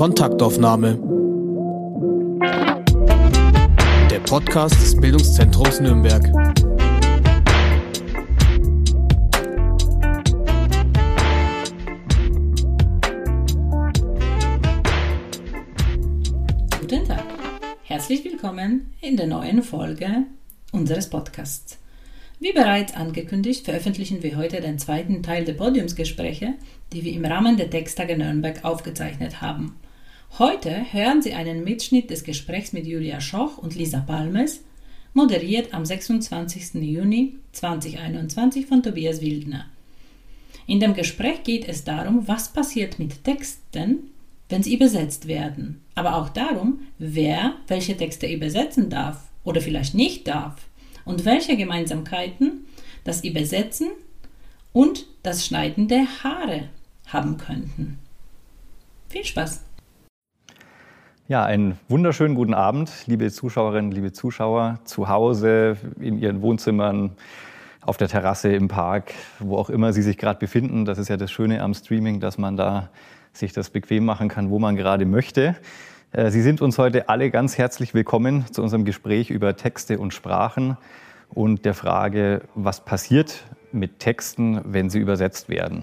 Kontaktaufnahme. Der Podcast des Bildungszentrums Nürnberg. Guten Tag, herzlich willkommen in der neuen Folge unseres Podcasts. Wie bereits angekündigt, veröffentlichen wir heute den zweiten Teil der Podiumsgespräche, die wir im Rahmen der Texttage Nürnberg aufgezeichnet haben. Heute hören Sie einen Mitschnitt des Gesprächs mit Julia Schoch und Lisa Palmes, moderiert am 26. Juni 2021 von Tobias Wildner. In dem Gespräch geht es darum, was passiert mit Texten, wenn sie übersetzt werden, aber auch darum, wer welche Texte übersetzen darf oder vielleicht nicht darf und welche Gemeinsamkeiten das Übersetzen und das Schneiden der Haare haben könnten. Viel Spaß! Ja, einen wunderschönen guten Abend, liebe Zuschauerinnen, liebe Zuschauer, zu Hause, in Ihren Wohnzimmern, auf der Terrasse, im Park, wo auch immer Sie sich gerade befinden. Das ist ja das Schöne am Streaming, dass man da sich das bequem machen kann, wo man gerade möchte. Sie sind uns heute alle ganz herzlich willkommen zu unserem Gespräch über Texte und Sprachen und der Frage, was passiert mit Texten, wenn sie übersetzt werden.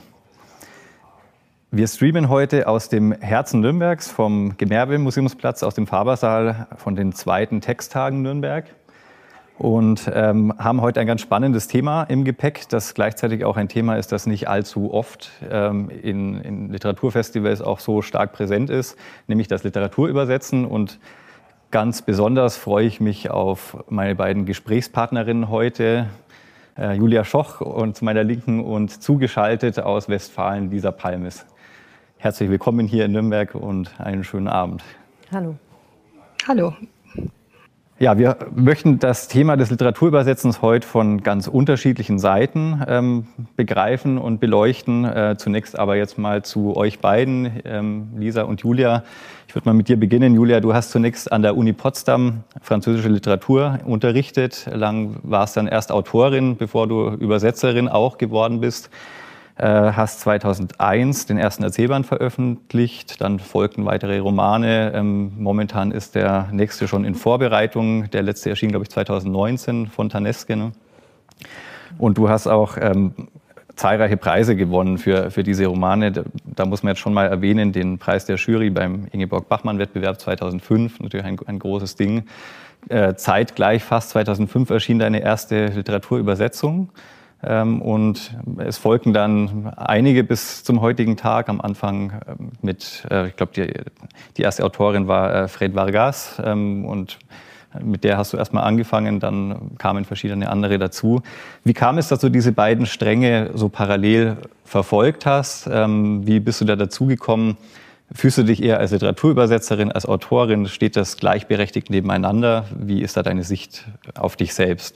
Wir streamen heute aus dem Herzen Nürnbergs, vom Gewerbemuseumsplatz, aus dem Fabersaal, von den zweiten Texttagen Nürnberg und haben heute ein ganz spannendes Thema im Gepäck, das gleichzeitig auch ein Thema ist, das nicht allzu oft in Literaturfestivals auch so stark präsent ist, nämlich das Literaturübersetzen. Und ganz besonders freue ich mich auf meine beiden Gesprächspartnerinnen heute, Julia Schoch und zu meiner Linken und zugeschaltet aus Westfalen Lisa Palmes. Herzlich willkommen hier in Nürnberg und einen schönen Abend. Hallo. Hallo. Ja, wir möchten das Thema des Literaturübersetzens heute von ganz unterschiedlichen Seiten begreifen und beleuchten. Zunächst aber jetzt mal zu euch beiden, Lisa und Julia. Ich würde mal mit dir beginnen. Julia, du hast zunächst an der Uni Potsdam französische Literatur unterrichtet. Lang warst dann erst Autorin, bevor du Übersetzerin auch geworden bist. Hast 2001 den ersten Erzählband veröffentlicht, dann folgten weitere Romane. Momentan ist der nächste schon in Vorbereitung. Der letzte erschien, glaube ich, 2019 von Tanesken. Und du hast auch zahlreiche Preise gewonnen für diese Romane. Da muss man jetzt schon mal erwähnen, den Preis der Jury beim Ingeborg-Bachmann-Wettbewerb 2005, natürlich ein großes Ding. Zeitgleich fast 2005 erschien deine erste Literaturübersetzung. Und es folgten dann einige bis zum heutigen Tag. Am Anfang mit, ich glaube, die erste Autorin war Fred Vargas und mit der hast du erstmal angefangen, dann kamen verschiedene andere dazu. Wie kam es, dass du diese beiden Stränge so parallel verfolgt hast? Wie bist du da dazugekommen? Fühlst du dich eher als Literaturübersetzerin, als Autorin? Steht das gleichberechtigt nebeneinander? Wie ist da deine Sicht auf dich selbst?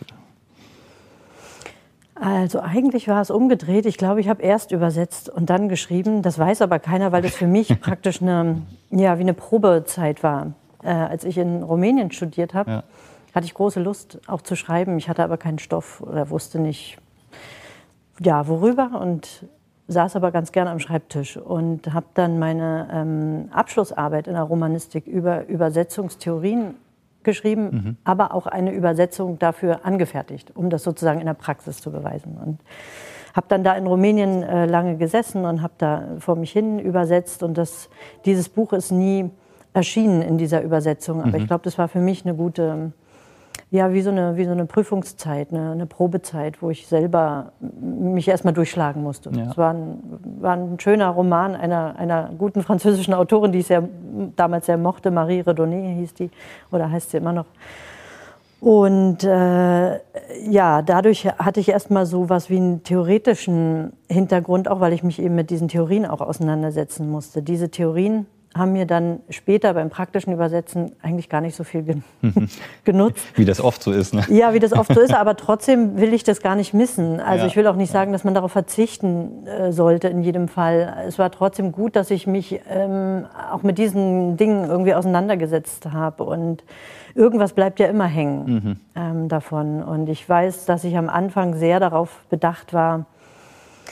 Also eigentlich war es umgedreht. Ich glaube, ich habe erst übersetzt und dann geschrieben. Das weiß aber keiner, weil das für mich praktisch wie eine Probezeit war. Als ich in Rumänien studiert habe, hatte ich große Lust auch zu schreiben. Ich hatte aber keinen Stoff oder wusste nicht, worüber und saß aber ganz gerne am Schreibtisch und habe dann meine Abschlussarbeit in der Romanistik über Übersetzungstheorien geschrieben, aber auch eine Übersetzung dafür angefertigt, um das sozusagen in der Praxis zu beweisen. Und habe dann da in Rumänien lange gesessen und habe da vor mich hin übersetzt. Und dieses Buch ist nie erschienen in dieser Übersetzung. Aber ich glaube, das war für mich eine gute, wie so eine Prüfungszeit, eine Probezeit, wo ich selber mich erstmal durchschlagen musste. Ja. Es war ein schöner Roman einer guten französischen Autorin, die ich damals sehr mochte. Marie Redonné hieß die, oder heißt sie immer noch. Und dadurch hatte ich erstmal so was wie einen theoretischen Hintergrund, auch weil ich mich eben mit diesen Theorien auch auseinandersetzen musste. Diese Theorien haben mir dann später beim praktischen Übersetzen eigentlich gar nicht so viel genutzt. Wie das oft so ist, ne? Ja, wie das oft so ist, aber trotzdem will ich das gar nicht missen. Also ich will auch nicht sagen, dass man darauf verzichten sollte in jedem Fall. Es war trotzdem gut, dass ich mich auch mit diesen Dingen irgendwie auseinandergesetzt habe und irgendwas bleibt ja immer hängen davon. Und ich weiß, dass ich am Anfang sehr darauf bedacht war,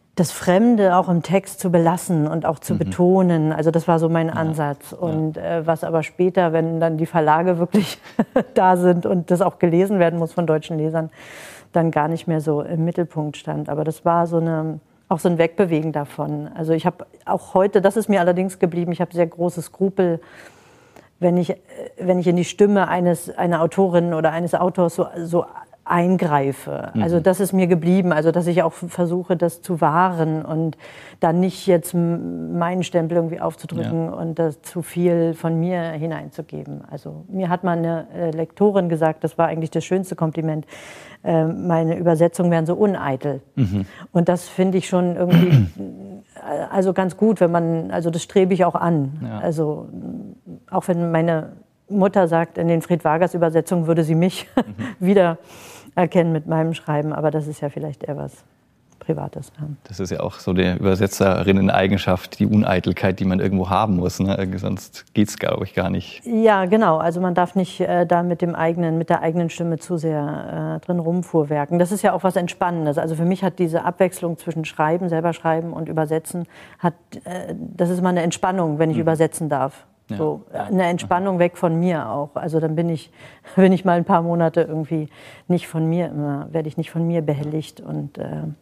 das Fremde auch im Text zu belassen und auch zu betonen. Also das war so mein Ansatz. Und was aber später, wenn dann die Verlage wirklich da sind und das auch gelesen werden muss von deutschen Lesern, dann gar nicht mehr so im Mittelpunkt stand. Aber das war auch so ein Wegbewegen davon. Also ich habe auch heute, das ist mir allerdings geblieben, ich habe sehr große Skrupel, wenn ich in die Stimme einer Autorin oder eines Autors so eingreife. Also das ist mir geblieben, also dass ich auch versuche, das zu wahren und dann nicht jetzt meinen Stempel irgendwie aufzudrücken und das zu viel von mir hineinzugeben. Also mir hat mal eine Lektorin gesagt, das war eigentlich das schönste Kompliment, meine Übersetzungen wären so uneitel. Und das finde ich schon irgendwie also ganz gut, also das strebe ich auch an. Ja. Also auch wenn meine Mutter sagt, in den Fred Vargas Übersetzungen würde sie mich wieder erkennen mit meinem Schreiben, aber das ist ja vielleicht eher was Privates. Ja. Das ist ja auch so der Übersetzerinnen-Eigenschaft, die Uneitelkeit, die man irgendwo haben muss, ne? Sonst geht es, glaube ich, gar nicht. Ja, genau. Also man darf nicht da mit der eigenen Stimme zu sehr drin rumfuhrwerken. Das ist ja auch was Entspannendes. Also für mich hat diese Abwechslung zwischen selber schreiben und Übersetzen, das ist mal eine Entspannung, wenn ich übersetzen darf. Ja. So eine Entspannung weg von mir auch. Also dann bin ich mal ein paar Monate irgendwie werde ich nicht von mir behelligt und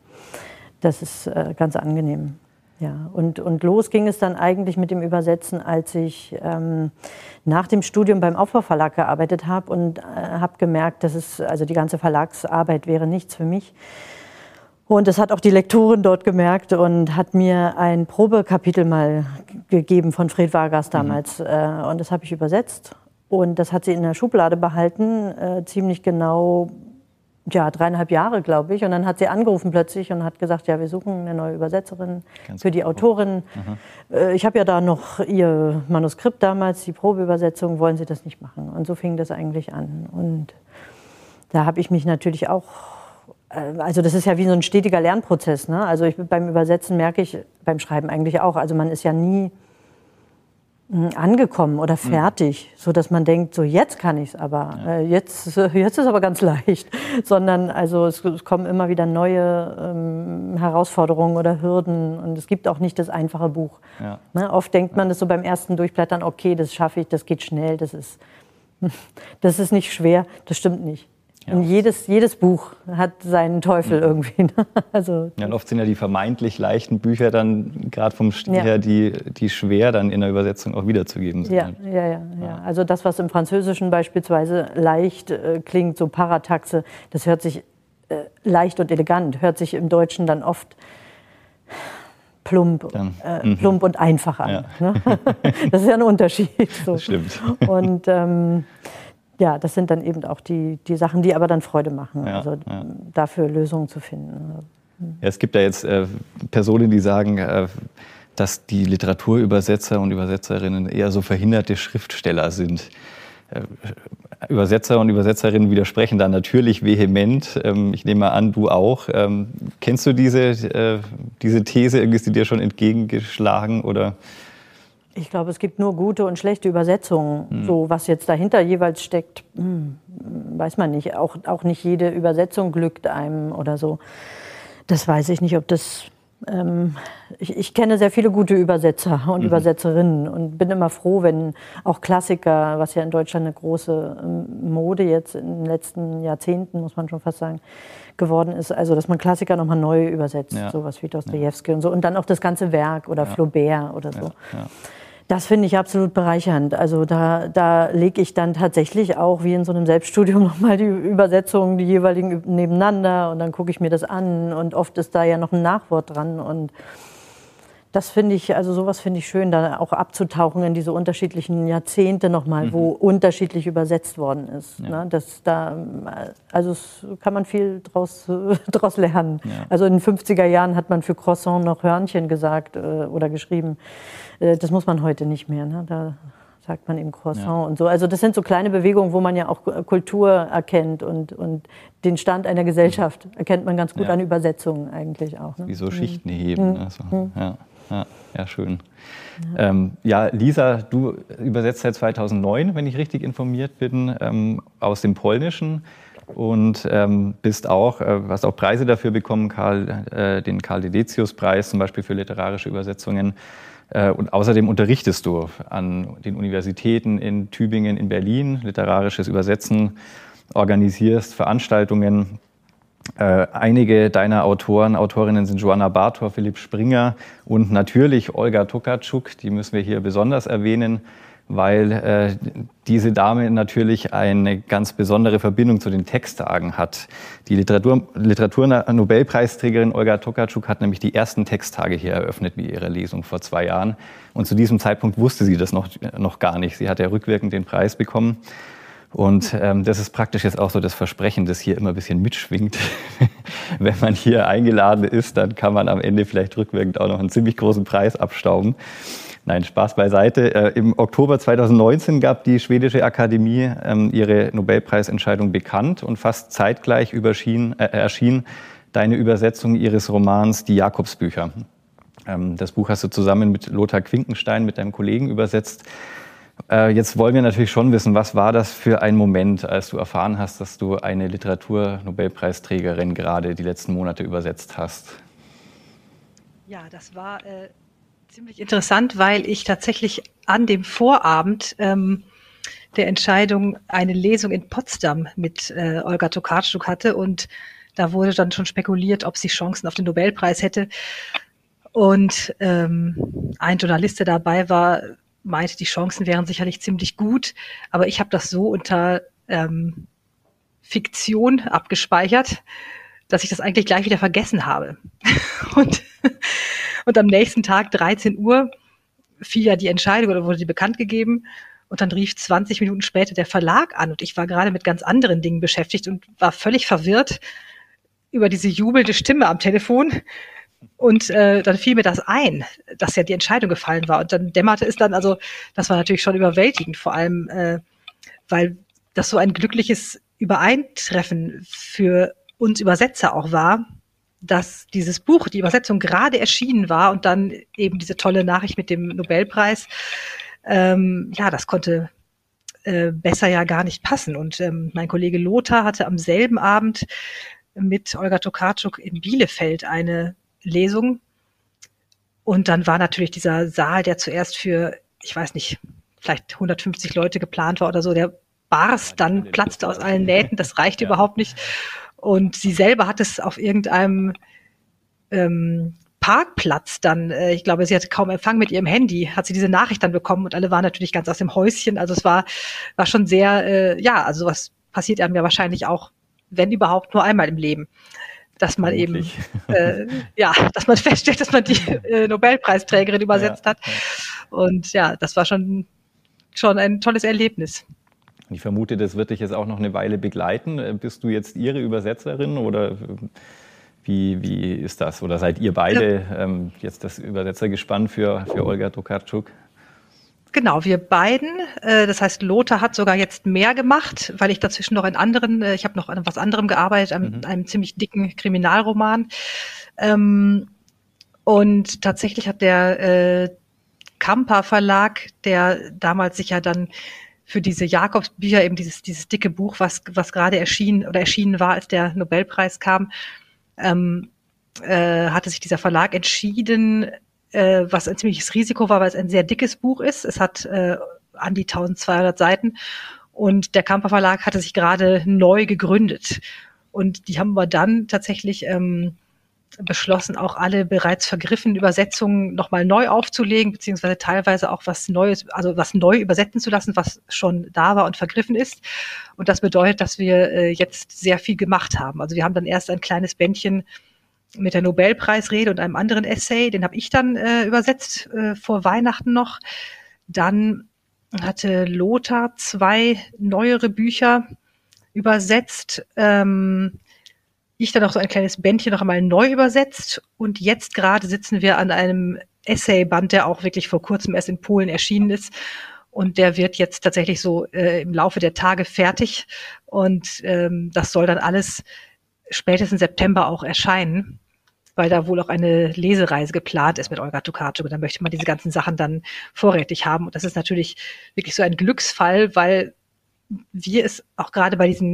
das ist ganz angenehm. Ja. Und los ging es dann eigentlich mit dem Übersetzen, als ich nach dem Studium beim Aufbauverlag gearbeitet habe und habe gemerkt, also die ganze Verlagsarbeit wäre nichts für mich. Und das hat auch die Lektorin dort gemerkt und hat mir ein Probekapitel mal gegeben von Fred Vargas damals. Und das habe ich übersetzt. Und das hat sie in der Schublade behalten, ziemlich genau 3,5 Jahre, glaube ich. Und dann hat sie angerufen plötzlich und hat gesagt, ja, wir suchen eine neue Übersetzerin für die Autorin. Ich habe ja da noch ihr Manuskript damals, die Probeübersetzung, wollen Sie das nicht machen? Und so fing das eigentlich an. Und da habe ich mich natürlich auch, also das ist ja wie so ein stetiger Lernprozess, ne? Also beim Übersetzen merke ich, beim Schreiben eigentlich auch, also man ist ja nie angekommen oder fertig, so dass man denkt, so jetzt kann ich es aber, jetzt ist aber ganz leicht, sondern also es kommen immer wieder neue Herausforderungen oder Hürden und es gibt auch nicht das einfache Buch. Ja. Ne? Oft denkt man das so beim ersten Durchblättern, okay, das schaffe ich, das geht schnell, das ist nicht schwer, das stimmt nicht. Ja. Und jedes Buch hat seinen Teufel irgendwie. Ne? Also, und oft sind ja die vermeintlich leichten Bücher dann gerade vom Stil her, die schwer dann in der Übersetzung auch wiederzugeben sind. Ja. Also das, was im Französischen beispielsweise leicht klingt, so Parataxe, das hört sich leicht und elegant, hört sich im Deutschen dann oft plump und einfach an. Ja. Ne? Das ist ja ein Unterschied. So. Das stimmt. Und das sind dann eben auch die Sachen, die aber dann Freude machen, dafür Lösungen zu finden. Ja, es gibt ja jetzt Personen, die sagen, dass die Literaturübersetzer und Übersetzerinnen eher so verhinderte Schriftsteller sind. Übersetzer und Übersetzerinnen widersprechen da natürlich vehement. Ich nehme mal an, du auch. Kennst du diese These? Ist die dir schon entgegengeschlagen? Oder? Ich glaube, es gibt nur gute und schlechte Übersetzungen. So, was jetzt dahinter jeweils steckt, weiß man nicht. Auch nicht jede Übersetzung glückt einem oder so. Das weiß ich nicht, ob das... Ich kenne sehr viele gute Übersetzer und Übersetzerinnen und bin immer froh, wenn auch Klassiker, was ja in Deutschland eine große Mode jetzt in den letzten Jahrzehnten, muss man schon fast sagen, geworden ist, also dass man Klassiker nochmal neu übersetzt, sowas wie Dostojewski und so und dann auch das ganze Werk oder Flaubert oder so. Ja. Das finde ich absolut bereichernd. Also da lege ich dann tatsächlich auch wie in so einem Selbststudium nochmal die Übersetzungen, die jeweiligen nebeneinander und dann gucke ich mir das an und oft ist da ja noch ein Nachwort dran und das finde ich, also sowas finde ich schön, da auch abzutauchen in diese unterschiedlichen Jahrzehnte nochmal, wo unterschiedlich übersetzt worden ist. Ja. Ne? Also kann man viel draus lernen. Ja. Also in den 50er Jahren hat man für Croissant noch Hörnchen gesagt oder geschrieben. Das muss man heute nicht mehr. Ne? Da sagt man eben Croissant und so. Also das sind so kleine Bewegungen, wo man ja auch Kultur erkennt und den Stand einer Gesellschaft erkennt man ganz gut an Übersetzungen eigentlich auch. Ne? Wie so Schichten heben. Also, ja, schön. Lisa, du übersetzt seit 2009, wenn ich richtig informiert bin, aus dem Polnischen. und hast auch Preise dafür bekommen, den Karl-Dedecius-Preis zum Beispiel für literarische Übersetzungen. Und außerdem unterrichtest du an den Universitäten in Tübingen, in Berlin, literarisches Übersetzen, organisierst Veranstaltungen. Einige deiner Autorinnen sind Joanna Bartor, Philipp Springer und natürlich Olga Tokarczuk, die müssen wir hier besonders erwähnen, weil diese Dame natürlich eine ganz besondere Verbindung zu den Texttagen hat. Die Literaturnobelpreisträgerin Olga Tokarczuk hat nämlich die ersten Texttage hier eröffnet mit ihrer Lesung vor 2 Jahren. Und zu diesem Zeitpunkt wusste sie das noch gar nicht. Sie hat ja rückwirkend den Preis bekommen. Und das ist praktisch jetzt auch so das Versprechen, das hier immer ein bisschen mitschwingt. Wenn man hier eingeladen ist, dann kann man am Ende vielleicht rückwirkend auch noch einen ziemlich großen Preis abstauben. Nein, Spaß beiseite. Im Oktober 2019 gab die Schwedische Akademie ihre Nobelpreisentscheidung bekannt und fast zeitgleich erschien deine Übersetzung ihres Romans Die Jakobsbücher. Das Buch hast du zusammen mit Lothar Quinkenstein, mit deinem Kollegen, übersetzt. Jetzt wollen wir natürlich schon wissen, was war das für ein Moment, als du erfahren hast, dass du eine Literaturnobelpreisträgerin gerade die letzten Monate übersetzt hast? Ja, das war ziemlich interessant, weil ich tatsächlich an dem Vorabend der Entscheidung eine Lesung in Potsdam mit Olga Tokarczuk hatte und da wurde dann schon spekuliert, ob sie Chancen auf den Nobelpreis hätte. Und ein Journalist, der dabei war, meinte, die Chancen wären sicherlich ziemlich gut, aber ich habe das so unter Fiktion abgespeichert, dass ich das eigentlich gleich wieder vergessen habe. Und am nächsten Tag, 13 Uhr, fiel ja die Entscheidung oder wurde die bekannt gegeben. Und dann rief 20 Minuten später der Verlag an. Und ich war gerade mit ganz anderen Dingen beschäftigt und war völlig verwirrt über diese jubelnde Stimme am Telefon. Und dann fiel mir das ein, dass ja die Entscheidung gefallen war. Und dann dämmerte es dann, also das war natürlich schon überwältigend, vor allem, weil das so ein glückliches Übereintreffen für uns Übersetzer auch war, dass dieses Buch, die Übersetzung gerade erschienen war und dann eben diese tolle Nachricht mit dem Nobelpreis, das konnte besser ja gar nicht passen. Und mein Kollege Lothar hatte am selben Abend mit Olga Tokarczuk in Bielefeld eine Lesung. Und dann war natürlich dieser Saal, der zuerst für, ich weiß nicht, vielleicht 150 Leute geplant war oder so, der barst, dann platzte aus allen Nähten, das reichte überhaupt nicht. Und sie selber hat es auf irgendeinem Parkplatz dann, ich glaube, sie hatte kaum Empfang mit ihrem Handy, hat sie diese Nachricht dann bekommen und alle waren natürlich ganz aus dem Häuschen. Also es war schon sehr, also sowas passiert einem ja wahrscheinlich auch, wenn überhaupt, nur einmal im Leben. Dass man eben, dass man feststellt, dass man die Nobelpreisträgerin übersetzt hat. Und ja, das war schon ein tolles Erlebnis. Ich vermute, das wird dich jetzt auch noch eine Weile begleiten. Bist du jetzt ihre Übersetzerin oder wie ist das? Oder seid ihr beide jetzt das Übersetzergespann für Olga Tokarczuk? Genau, wir beiden. Das heißt, Lothar hat sogar jetzt mehr gemacht, weil ich dazwischen noch ich habe noch an was anderem gearbeitet, an einem ziemlich dicken Kriminalroman. Und tatsächlich hat der Kamper Verlag, der damals sich ja dann für diese Jakobsbücher, eben dieses dicke Buch, was gerade erschienen war, als der Nobelpreis kam, hatte sich dieser Verlag entschieden, was ein ziemliches Risiko war, weil es ein sehr dickes Buch ist. Es hat an die 1200 Seiten und der Kamper Verlag hatte sich gerade neu gegründet. Und die haben aber dann tatsächlich beschlossen, auch alle bereits vergriffenen Übersetzungen nochmal neu aufzulegen, beziehungsweise teilweise auch was Neues, also was neu übersetzen zu lassen, was schon da war und vergriffen ist. Und das bedeutet, dass wir jetzt sehr viel gemacht haben. Also wir haben dann erst ein kleines Bändchen mit der Nobelpreisrede und einem anderen Essay, den habe ich dann übersetzt vor Weihnachten noch. Dann hatte Lothar 2 neuere Bücher übersetzt. Ich dann auch so ein kleines Bändchen noch einmal neu übersetzt. Und jetzt gerade sitzen wir an einem Essayband, der auch wirklich vor kurzem erst in Polen erschienen ist. Und der wird jetzt tatsächlich so im Laufe der Tage fertig. Und das soll dann alles spätestens September auch erscheinen, weil da wohl auch eine Lesereise geplant ist mit Olga Tokarczuk. Und da möchte man diese ganzen Sachen dann vorrätig haben. Und das ist natürlich wirklich so ein Glücksfall, weil wir es auch gerade bei diesen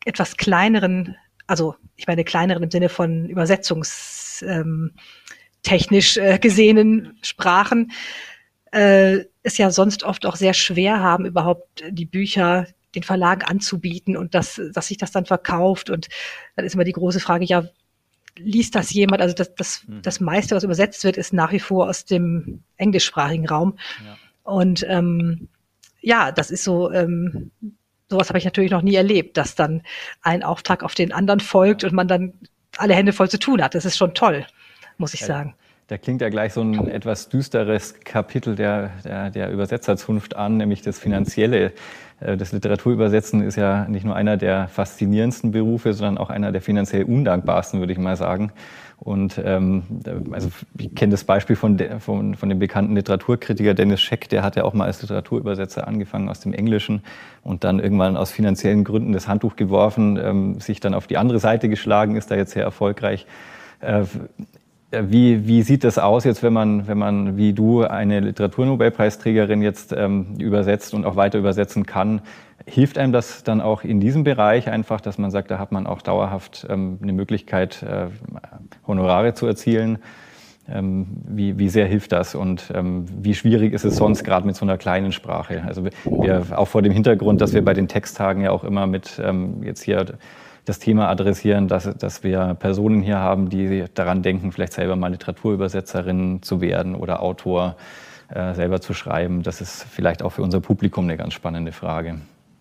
etwas kleineren, also ich meine kleineren im Sinne von übersetzungstechnisch gesehenen Sprachen, es ja sonst oft auch sehr schwer haben, überhaupt die Bücher den Verlagen anzubieten und dass sich das dann verkauft. Und dann ist immer die große Frage, ja, liest das jemand? Also das meiste, was übersetzt wird, ist nach wie vor aus dem englischsprachigen Raum. Ja. Und das ist so, sowas habe ich natürlich noch nie erlebt, dass dann ein Auftrag auf den anderen folgt und man dann alle Hände voll zu tun hat. Das ist schon toll, muss ich sagen. Da klingt ja gleich so ein etwas düsteres Kapitel der Übersetzerzunft an, nämlich das Finanzielle. Das Literaturübersetzen ist ja nicht nur einer der faszinierendsten Berufe, sondern auch einer der finanziell undankbarsten, würde ich mal sagen. Und also ich kenne das Beispiel von dem bekannten Literaturkritiker Dennis Scheck, der hat ja auch mal als Literaturübersetzer angefangen aus dem Englischen und dann irgendwann aus finanziellen Gründen das Handtuch geworfen, sich dann auf die andere Seite geschlagen, ist da jetzt sehr erfolgreich. Wie sieht das aus jetzt, wenn man wie du eine Literaturnobelpreisträgerin jetzt übersetzt und auch weiter übersetzen kann? Hilft einem das dann auch in diesem Bereich einfach, dass man sagt, da hat man auch dauerhaft eine Möglichkeit, Honorare zu erzielen? Wie sehr hilft das und wie schwierig ist es sonst gerade mit so einer kleinen Sprache? Also wir auch vor dem Hintergrund, dass wir bei den Texttagen ja auch immer mit jetzt hier das Thema adressieren, dass wir Personen hier haben, die daran denken, vielleicht selber mal Literaturübersetzerin zu werden oder Autor selber zu schreiben. Das ist vielleicht auch für unser Publikum eine ganz spannende Frage.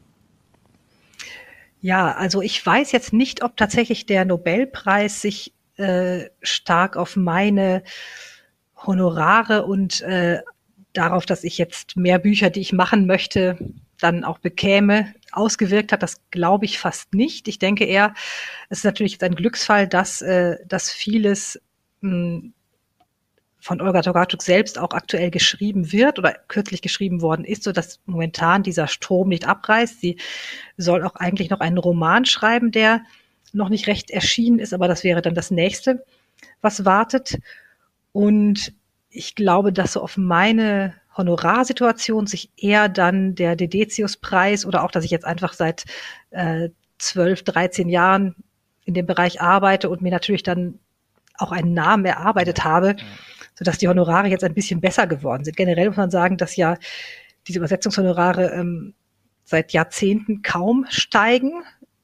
Ja, also ich weiß jetzt nicht, ob tatsächlich der Nobelpreis sich stark auf meine Honorare und darauf, dass ich jetzt mehr Bücher, die ich machen möchte, dann auch bekäme, ausgewirkt hat. Das glaube ich fast nicht. Ich denke eher, es ist natürlich jetzt ein Glücksfall, dass vieles von Olga Tokarczuk selbst auch aktuell geschrieben wird oder kürzlich geschrieben worden ist, sodass momentan dieser Strom nicht abreißt. Sie soll auch eigentlich noch einen Roman schreiben, der noch nicht recht erschienen ist, aber das wäre dann das Nächste, was wartet. Und ich glaube, dass so auf meine Honorarsituation sich eher dann der Dedetius-Preis oder auch, dass ich jetzt einfach seit 12, 13 Jahren in dem Bereich arbeite und mir natürlich dann auch einen Namen erarbeitet habe, sodass die Honorare jetzt ein bisschen besser geworden sind. Generell muss man sagen, dass ja diese Übersetzungshonorare seit Jahrzehnten kaum steigen.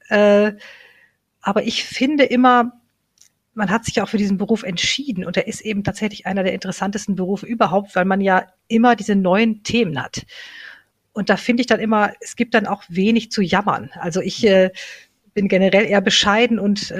Aber ich finde immer, man hat sich ja auch für diesen Beruf entschieden und er ist eben tatsächlich einer der interessantesten Berufe überhaupt, weil man ja immer diese neuen Themen hat. Und da finde ich dann immer, es gibt dann auch wenig zu jammern. Also ich bin generell eher bescheiden und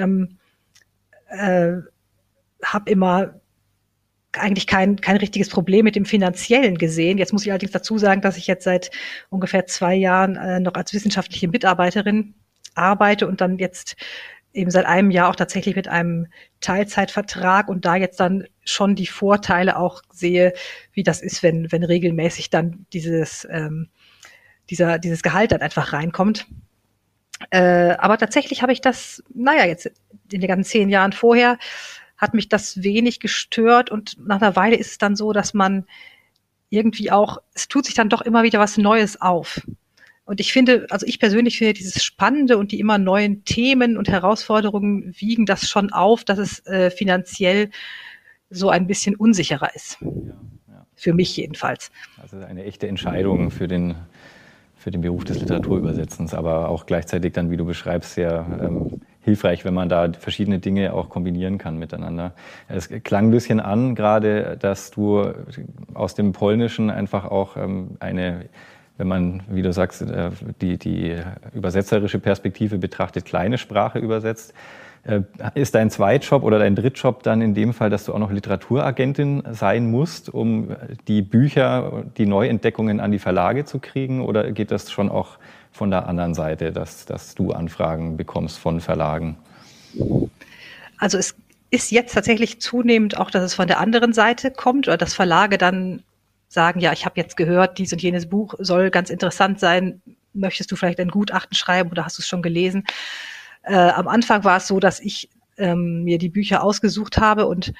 habe immer eigentlich kein richtiges Problem mit dem Finanziellen gesehen. Jetzt muss ich allerdings dazu sagen, dass ich jetzt seit ungefähr 2 Jahren noch als wissenschaftliche Mitarbeiterin arbeite und dann jetzt eben seit einem Jahr auch tatsächlich mit einem Teilzeitvertrag und da jetzt dann schon die Vorteile auch sehe, wie das ist, wenn regelmäßig dann dieses Gehalt dann einfach reinkommt. Aber tatsächlich habe ich das, jetzt in den ganzen 10 Jahren vorher, hat mich das wenig gestört und nach einer Weile ist es dann so, dass man irgendwie auch, es tut sich dann doch immer wieder was Neues auf. Und ich persönlich finde dieses Spannende und die immer neuen Themen und Herausforderungen wiegen das schon auf, dass es finanziell so ein bisschen unsicherer ist. Ja. Für mich jedenfalls. Also eine echte Entscheidung für den Beruf des Literaturübersetzens, aber auch gleichzeitig dann, wie du beschreibst, sehr hilfreich, wenn man da verschiedene Dinge auch kombinieren kann miteinander. Es klang ein bisschen an, gerade, dass du aus dem Polnischen einfach auch wenn man, wie du sagst, die übersetzerische Perspektive betrachtet, kleine Sprache übersetzt. Ist dein Zweitjob oder dein Drittjob dann in dem Fall, dass du auch noch Literaturagentin sein musst, um die Bücher, die Neuentdeckungen an die Verlage zu kriegen? Oder geht das schon auch von der anderen Seite, dass du Anfragen bekommst von Verlagen? Also es ist jetzt tatsächlich zunehmend auch, dass es von der anderen Seite kommt oder dass Verlage dann sagen, ja, ich habe jetzt gehört, dies und jenes Buch soll ganz interessant sein. Möchtest du vielleicht ein Gutachten schreiben oder hast du es schon gelesen? Am Anfang war es so, dass ich mir die Bücher ausgesucht habe und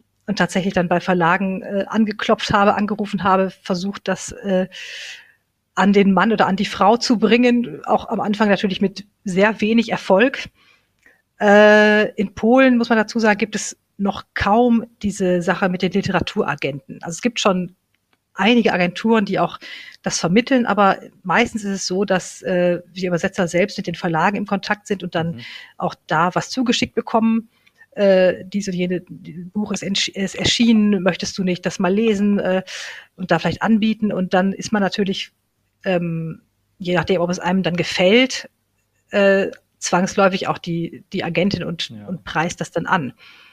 tatsächlich dann bei Verlagen angeklopft habe, angerufen habe, versucht, das an den Mann oder an die Frau zu bringen, auch am Anfang natürlich mit sehr wenig Erfolg. In Polen, muss man dazu sagen, gibt es noch kaum diese Sache mit den Literaturagenten. Also es gibt schon einige Agenturen, die auch das vermitteln, aber meistens ist es so, dass die Übersetzer selbst mit den Verlagen im Kontakt sind und dann auch da was zugeschickt bekommen. Dies und jene Buch ist erschienen, möchtest du nicht das mal lesen und da vielleicht anbieten? Und dann ist man natürlich, je nachdem, ob es einem dann gefällt, zwangsläufig auch die Agentin und preist das dann an.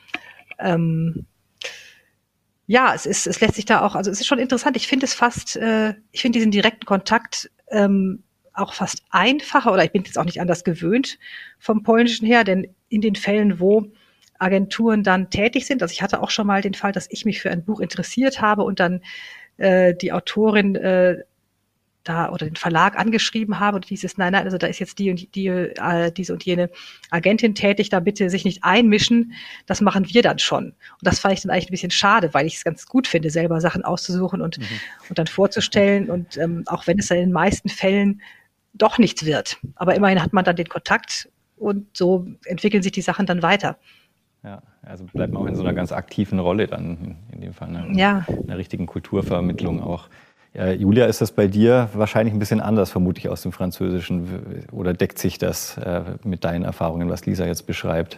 Ja, es lässt sich da auch, also es ist schon interessant. Ich finde diesen direkten Kontakt auch fast einfacher, oder ich bin jetzt auch nicht anders gewöhnt vom Polnischen her, denn in den Fällen, wo Agenturen dann tätig sind, also ich hatte auch schon mal den Fall, dass ich mich für ein Buch interessiert habe und dann die Autorin oder den Verlag angeschrieben habe und dieses, nein, also da ist jetzt diese und jene Agentin tätig, da bitte sich nicht einmischen, das machen wir dann schon. Und das fand ich dann eigentlich ein bisschen schade, weil ich es ganz gut finde, selber Sachen auszusuchen und dann vorzustellen und auch wenn es dann in den meisten Fällen doch nichts wird. Aber immerhin hat man dann den Kontakt und so entwickeln sich die Sachen dann weiter. Ja, also bleibt man auch in so einer ganz aktiven Rolle dann in dem Fall, in einer richtigen Kulturvermittlung auch. Ja, Julia, ist das bei dir wahrscheinlich ein bisschen anders, vermutlich aus dem Französischen, oder deckt sich das mit deinen Erfahrungen, was Lisa jetzt beschreibt?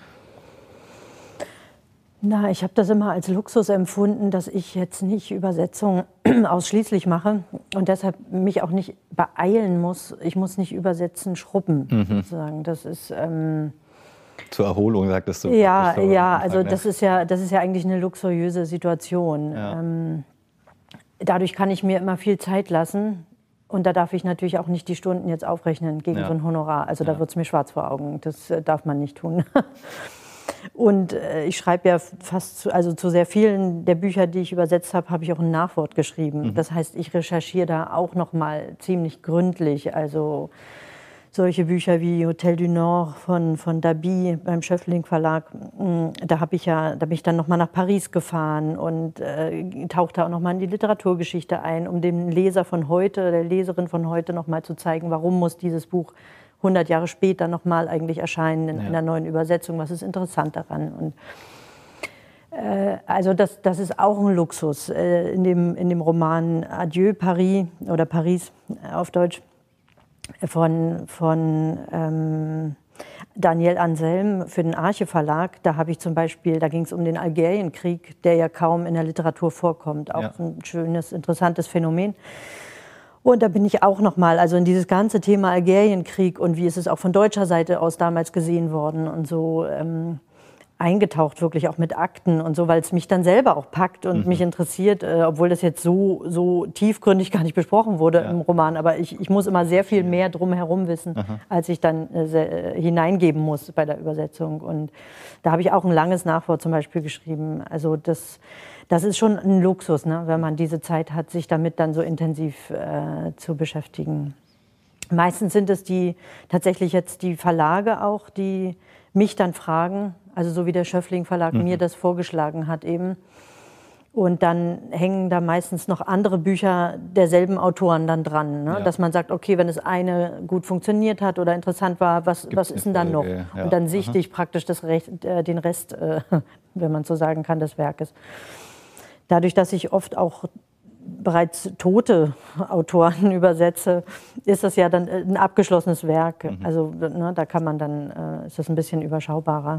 Na, ich habe das immer als Luxus empfunden, dass ich jetzt nicht Übersetzung ausschließlich mache und deshalb mich auch nicht beeilen muss. Ich muss nicht übersetzen, schrubben, sozusagen. Das ist zur Erholung, sagtest du. Ja, also das ist ja eigentlich eine luxuriöse Situation. Ja. Dadurch kann ich mir immer viel Zeit lassen und da darf ich natürlich auch nicht die Stunden jetzt aufrechnen gegen so ein Honorar. Also da wird es mir schwarz vor Augen. Das darf man nicht tun. Und ich schreibe ja zu sehr vielen der Bücher, die ich übersetzt habe, habe ich auch ein Nachwort geschrieben. Das heißt, ich recherchiere da auch noch mal ziemlich gründlich. Also solche Bücher wie Hotel du Nord von Dabi beim Schöffling Verlag, da bin ich dann noch mal nach Paris gefahren und tauchte auch noch mal in die Literaturgeschichte ein, um dem Leser von heute, der Leserin von heute noch mal zu zeigen, warum muss dieses Buch 100 Jahre später noch mal eigentlich erscheinen in einer neuen Übersetzung, was ist interessant daran. Und also das ist auch ein Luxus in dem Roman Adieu Paris oder Paris auf Deutsch von Daniel Anselm für den Arche Verlag. Da habe ich zum Beispiel, da ging es um den Algerienkrieg, der ja kaum in der Literatur vorkommt. Auch ein schönes, interessantes Phänomen. Und da bin ich auch nochmal, also in dieses ganze Thema Algerienkrieg und wie ist es auch von deutscher Seite aus damals gesehen worden und so eingetaucht, wirklich auch mit Akten und so, weil es mich dann selber auch packt und mich interessiert, obwohl das jetzt so tiefgründig gar nicht besprochen wurde im Roman. Aber ich muss immer sehr viel mehr drumherum wissen, als ich dann hineingeben muss bei der Übersetzung. Und da habe ich auch ein langes Nachwort zum Beispiel geschrieben. Also das ist schon ein Luxus, ne, wenn man diese Zeit hat, sich damit dann so intensiv zu beschäftigen. Meistens sind es tatsächlich jetzt die Verlage auch, die mich dann fragen, also so wie der Schöffling Verlag mir das vorgeschlagen hat eben. Und dann hängen da meistens noch andere Bücher derselben Autoren dann dran, ne? Dass man sagt, okay, wenn es eine gut funktioniert hat oder interessant war, was ist denn dann noch? Ja. Und dann sichte ich praktisch den Rest, wenn man so sagen kann, des Werkes. Dadurch, dass ich oft auch bereits tote Autoren übersetze, ist das ja dann ein abgeschlossenes Werk. Also da kann man dann, ist das ein bisschen überschaubarer.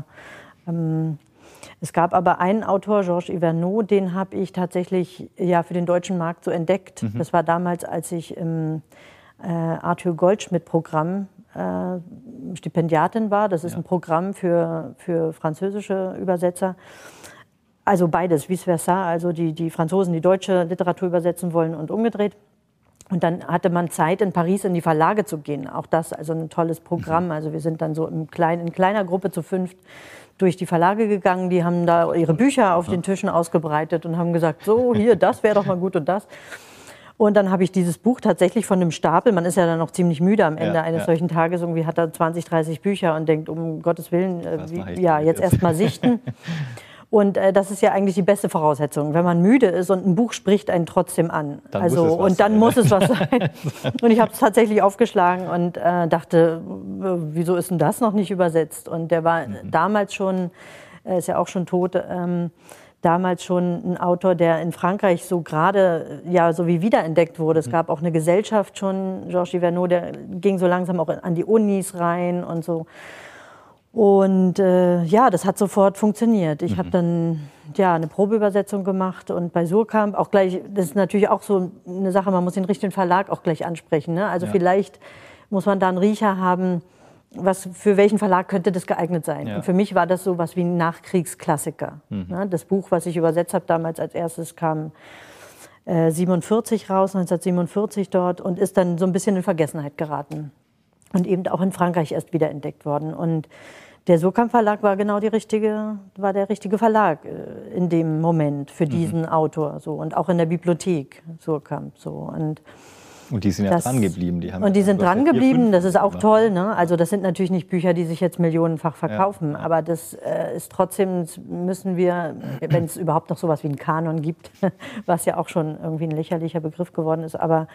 Es gab aber einen Autor, Georges Yvernaud, den habe ich tatsächlich für den deutschen Markt so entdeckt. Das war damals, als ich im Arthur Goldschmidt-Programm Stipendiatin war. Das ist ein Programm für französische Übersetzer. Also beides, vice versa, also die Franzosen, die deutsche Literatur übersetzen wollen und umgedreht. Und dann hatte man Zeit, in Paris in die Verlage zu gehen. Auch das, also ein tolles Programm. Also wir sind dann so in kleiner Gruppe zu 5 durch die Verlage gegangen. Die haben da ihre Bücher auf den Tischen ausgebreitet und haben gesagt, so, hier, das wäre doch mal gut und das. Und dann habe ich dieses Buch tatsächlich von einem Stapel, man ist ja dann noch ziemlich müde am Ende eines solchen Tages, irgendwie hat er 20, 30 Bücher und denkt, um Gottes Willen, jetzt erst mal sichten. Und das ist ja eigentlich die beste Voraussetzung. Wenn man müde ist und ein Buch spricht einen trotzdem an. Dann muss es was sein. Und ich habe es tatsächlich aufgeschlagen und dachte, wieso ist denn das noch nicht übersetzt? Und der war damals schon, ist ja auch schon tot, damals schon ein Autor, der in Frankreich so gerade, ja, so wie wiederentdeckt wurde. Es gab auch eine Gesellschaft schon, Georges Duverneau, der ging so langsam auch an die Unis rein und so. Und ja, das hat sofort funktioniert. Ich habe dann eine Probeübersetzung gemacht und bei Suhrkamp auch gleich, das ist natürlich auch so eine Sache, man muss den richtigen Verlag auch gleich ansprechen. Ne? Also vielleicht muss man da einen Riecher haben, für welchen Verlag könnte das geeignet sein. Und für mich war das so was wie ein Nachkriegsklassiker. Ne? Das Buch, was ich übersetzt habe damals als erstes, kam 1947 dort und ist dann so ein bisschen in Vergessenheit geraten. Und eben auch in Frankreich erst wiederentdeckt worden. Und der Suhrkamp Verlag war genau der richtige Verlag in dem Moment für diesen Autor. So. Und auch in der Bibliothek Suhrkamp. So. Und die sind ja dran geblieben. Die sind dran geblieben, das ist auch toll. Ne? Also das sind natürlich nicht Bücher, die sich jetzt millionenfach verkaufen. Aber das ist trotzdem, müssen wir, wenn es überhaupt noch sowas wie einen Kanon gibt, was ja auch schon irgendwie ein lächerlicher Begriff geworden ist, aber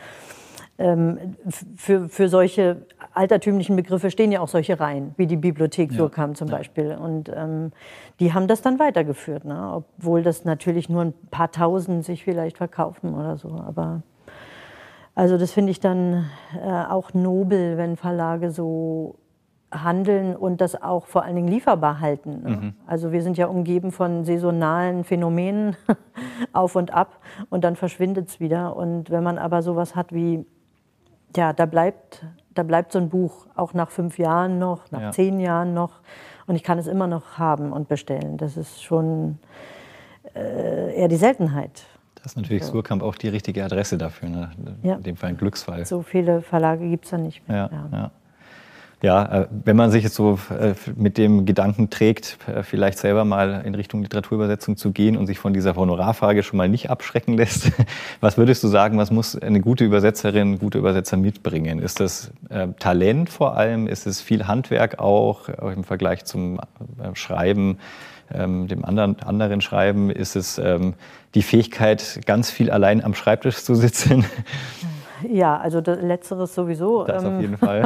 für solche altertümlichen Begriffe stehen ja auch solche Reihen, wie die Bibliothek Suhrkamp zum Beispiel. Und die haben das dann weitergeführt, ne? Obwohl das natürlich nur ein paar Tausend sich vielleicht verkaufen oder so. Aber also das finde ich dann auch nobel, wenn Verlage so handeln und das auch vor allen Dingen lieferbar halten. Ne? Also wir sind ja umgeben von saisonalen Phänomenen auf und ab und dann verschwindet es wieder. Und wenn man aber sowas hat wie, ja, da bleibt so ein Buch auch nach 5 Jahren noch, nach 10 Jahren noch und ich kann es immer noch haben und bestellen. Das ist schon eher die Seltenheit. Das ist natürlich Suhrkamp auch die richtige Adresse dafür, ne? In dem Fall ein Glücksfall. So viele Verlage gibt es da nicht mehr. Ja, wenn man sich jetzt so mit dem Gedanken trägt, vielleicht selber mal in Richtung Literaturübersetzung zu gehen und sich von dieser Honorarfrage schon mal nicht abschrecken lässt, was würdest du sagen, was muss eine gute Übersetzerin, ein guter Übersetzer mitbringen? Ist das Talent vor allem? Ist es viel Handwerk auch im Vergleich zum Schreiben, dem anderen Schreiben? Ist es die Fähigkeit, ganz viel allein am Schreibtisch zu sitzen? Ja, also Letzteres sowieso. Das auf jeden Fall.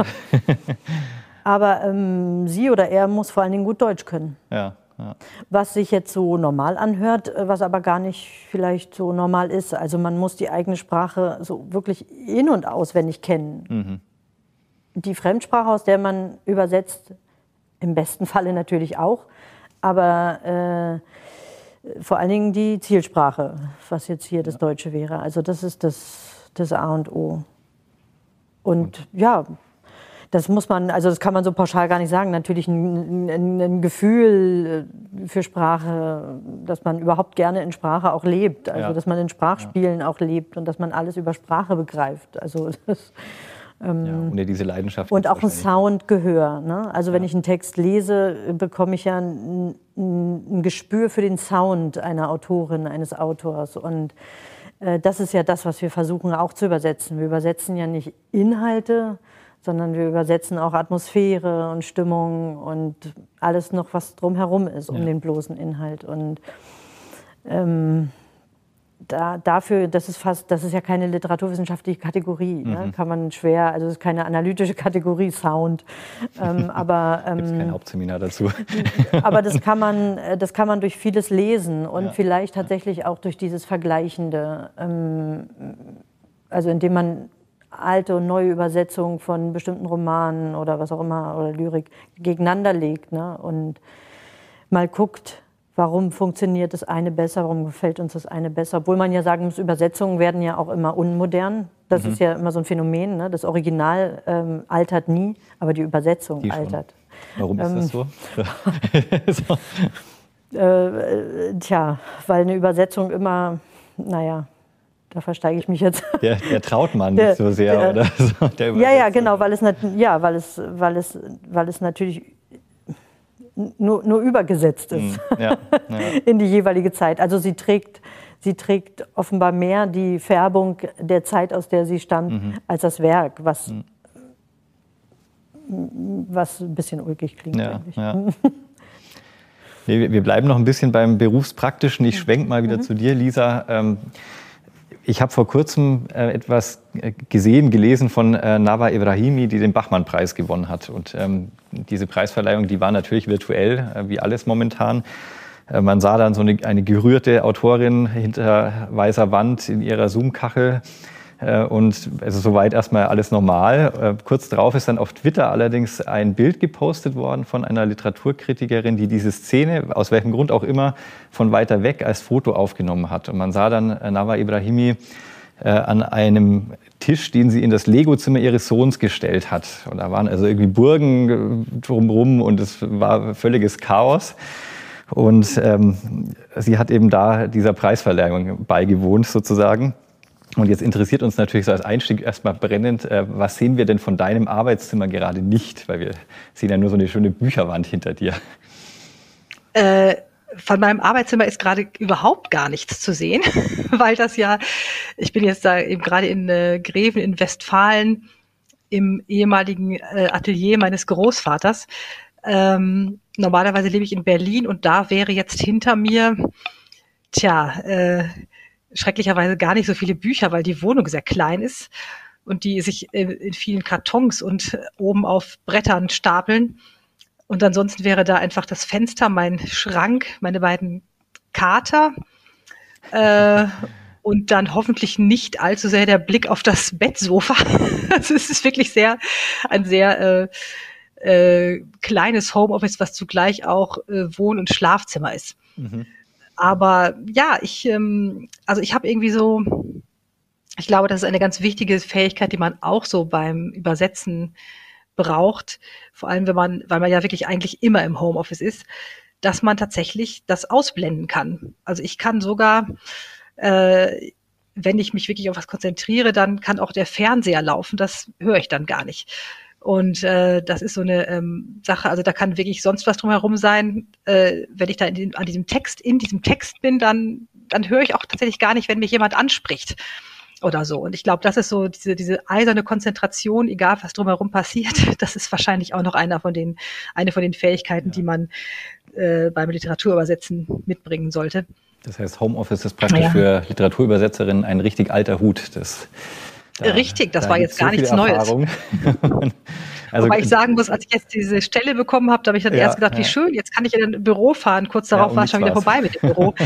Aber sie oder er muss vor allen Dingen gut Deutsch können. Ja. Was sich jetzt so normal anhört, was aber gar nicht vielleicht so normal ist. Also man muss die eigene Sprache so wirklich in- und auswendig kennen. Die Fremdsprache, aus der man übersetzt, im besten Falle natürlich auch. Aber vor allen Dingen die Zielsprache, was jetzt hier das Deutsche wäre. Also das ist das A und O. Und ja, das muss man, also das kann man so pauschal gar nicht sagen. Natürlich ein Gefühl für Sprache, dass man überhaupt gerne in Sprache auch lebt. Also dass man in Sprachspielen auch lebt und dass man alles über Sprache begreift. Also das, ohne diese Leidenschaft. Und auch ein Soundgehör. Ne? Also wenn ich einen Text lese, bekomme ich ja ein Gespür für den Sound einer Autorin, eines Autors. Und das ist ja das, was wir versuchen auch zu übersetzen. Wir übersetzen ja nicht Inhalte, sondern wir übersetzen auch Atmosphäre und Stimmung und alles noch, was drumherum ist, um den bloßen Inhalt. Und dafür, das ist ja keine literaturwissenschaftliche Kategorie. Ne? Kann man schwer, also es ist keine analytische Kategorie Sound. Aber gibt es kein Hauptseminar dazu. Aber das kann man durch vieles lesen und vielleicht tatsächlich auch durch dieses Vergleichende. Also indem man alte und neue Übersetzungen von bestimmten Romanen oder was auch immer oder Lyrik gegeneinander legt, ne? Und mal guckt, warum funktioniert das eine besser, warum gefällt uns das eine besser? Obwohl man ja sagen muss, Übersetzungen werden ja auch immer unmodern. Das ist ja immer so ein Phänomen. Ne? Das Original altert nie, aber die Übersetzung altert. Warum ist das so? Weil eine Übersetzung immer, naja, da versteige ich mich jetzt. Der traut man nicht so sehr, oder? Ja, genau, weil es natürlich nur übergesetzt ist in die jeweilige Zeit. Also sie trägt offenbar mehr die Färbung der Zeit, aus der sie stammt, als das Werk, was ein bisschen ulkig klingt eigentlich. Ja. Nee, wir bleiben noch ein bisschen beim Berufspraktischen. Ich schwenke mal wieder zu dir, Lisa. Ich habe vor kurzem etwas gelesen von Nawar Ebrahimi, die den Bachmann-Preis gewonnen hat. Und diese Preisverleihung, die war natürlich virtuell, wie alles momentan. Man sah dann so eine gerührte Autorin hinter weißer Wand in ihrer Zoom-Kachel. Und also soweit erstmal alles normal. Kurz darauf ist dann auf Twitter allerdings ein Bild gepostet worden von einer Literaturkritikerin, die diese Szene, aus welchem Grund auch immer, von weiter weg als Foto aufgenommen hat. Und man sah dann Nawar Ebrahimi an einem Tisch, den sie in das Lego-Zimmer ihres Sohns gestellt hat. Und da waren also irgendwie Burgen drumherum und es war völliges Chaos. Und sie hat eben da dieser Preisverleihung beigewohnt sozusagen. Und jetzt interessiert uns natürlich so als Einstieg erstmal brennend, was sehen wir denn von deinem Arbeitszimmer gerade nicht? Weil wir sehen ja nur so eine schöne Bücherwand hinter dir. Von meinem Arbeitszimmer ist gerade überhaupt gar nichts zu sehen, weil ich bin jetzt da eben gerade in Greven in Westfalen im ehemaligen Atelier meines Großvaters. Normalerweise lebe ich in Berlin und da wäre jetzt hinter mir, schrecklicherweise gar nicht so viele Bücher, weil die Wohnung sehr klein ist und die sich in vielen Kartons und oben auf Brettern stapeln. Und ansonsten wäre da einfach das Fenster, mein Schrank, meine beiden Kater und dann hoffentlich nicht allzu sehr der Blick auf das Bettsofa. Also es ist wirklich ein sehr kleines Homeoffice, was zugleich auch Wohn- und Schlafzimmer ist. Mhm. Aber ja, ich habe irgendwie so, ich glaube, das ist eine ganz wichtige Fähigkeit, die man auch so beim Übersetzen braucht, vor allem weil man ja wirklich eigentlich immer im Homeoffice ist, dass man tatsächlich das ausblenden kann. Also ich kann sogar, wenn ich mich wirklich auf was konzentriere, dann kann auch der Fernseher laufen, das höre ich dann gar nicht. Und das ist so eine Sache, also da kann wirklich sonst was drumherum sein. Wenn ich da in diesem Text bin, dann höre ich auch tatsächlich gar nicht, wenn mich jemand anspricht oder so. Und ich glaube, das ist so diese eiserne Konzentration, egal was drumherum passiert. Das ist wahrscheinlich auch noch eine von den Fähigkeiten, die man beim Literaturübersetzen mitbringen sollte. Das heißt, Homeoffice ist praktisch für Literaturübersetzerinnen ein richtig alter Hut. Richtig, das war jetzt gar nichts Neues. Also, wobei ich sagen muss, als ich jetzt diese Stelle bekommen habe, da habe ich dann erst gedacht, wie schön, jetzt kann ich in ein Büro fahren. Kurz darauf war es schon wieder vorbei mit dem Büro.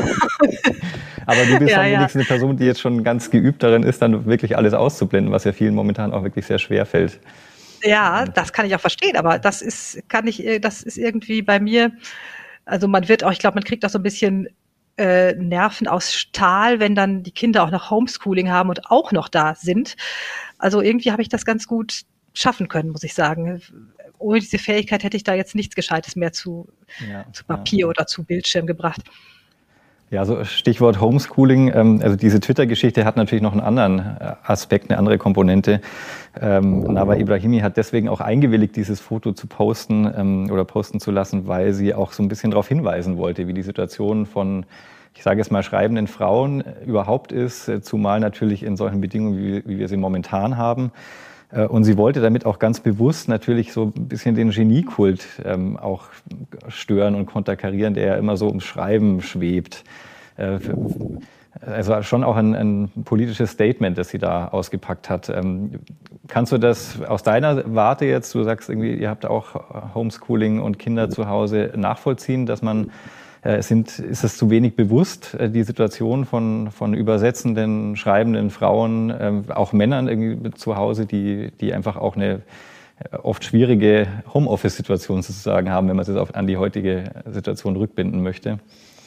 Aber du bist dann wenigstens eine Person, die jetzt schon ganz geübt darin ist, dann wirklich alles auszublenden, was ja vielen momentan auch wirklich sehr schwer fällt. Ja, das kann ich auch verstehen, aber das ist irgendwie bei mir, also man kriegt auch so ein bisschen Nerven aus Stahl, wenn dann die Kinder auch noch Homeschooling haben und auch noch da sind. Also irgendwie habe ich das ganz gut schaffen können, muss ich sagen. Ohne diese Fähigkeit hätte ich da jetzt nichts Gescheites mehr zu Papier oder zu Bildschirm gebracht. Ja, so Stichwort Homeschooling. Also diese Twitter-Geschichte hat natürlich noch einen anderen Aspekt, eine andere Komponente. Nawar Ebrahimi hat deswegen auch eingewilligt, dieses Foto zu posten oder posten zu lassen, weil sie auch so ein bisschen darauf hinweisen wollte, wie die Situation von, ich sage jetzt mal, schreibenden Frauen überhaupt ist, zumal natürlich in solchen Bedingungen, wie wir sie momentan haben. Und sie wollte damit auch ganz bewusst natürlich so ein bisschen den Geniekult auch stören und konterkarieren, der ja immer so ums Schreiben schwebt. Also schon auch ein politisches Statement, das sie da ausgepackt hat. Kannst du das aus deiner Warte jetzt, du sagst irgendwie, ihr habt auch Homeschooling und Kinder zu Hause, nachvollziehen, dass man ist es zu wenig bewusst, die Situation von übersetzenden, schreibenden Frauen, auch Männern irgendwie zu Hause, die einfach auch eine oft schwierige Homeoffice-Situation sozusagen haben, wenn man es an die heutige Situation rückbinden möchte?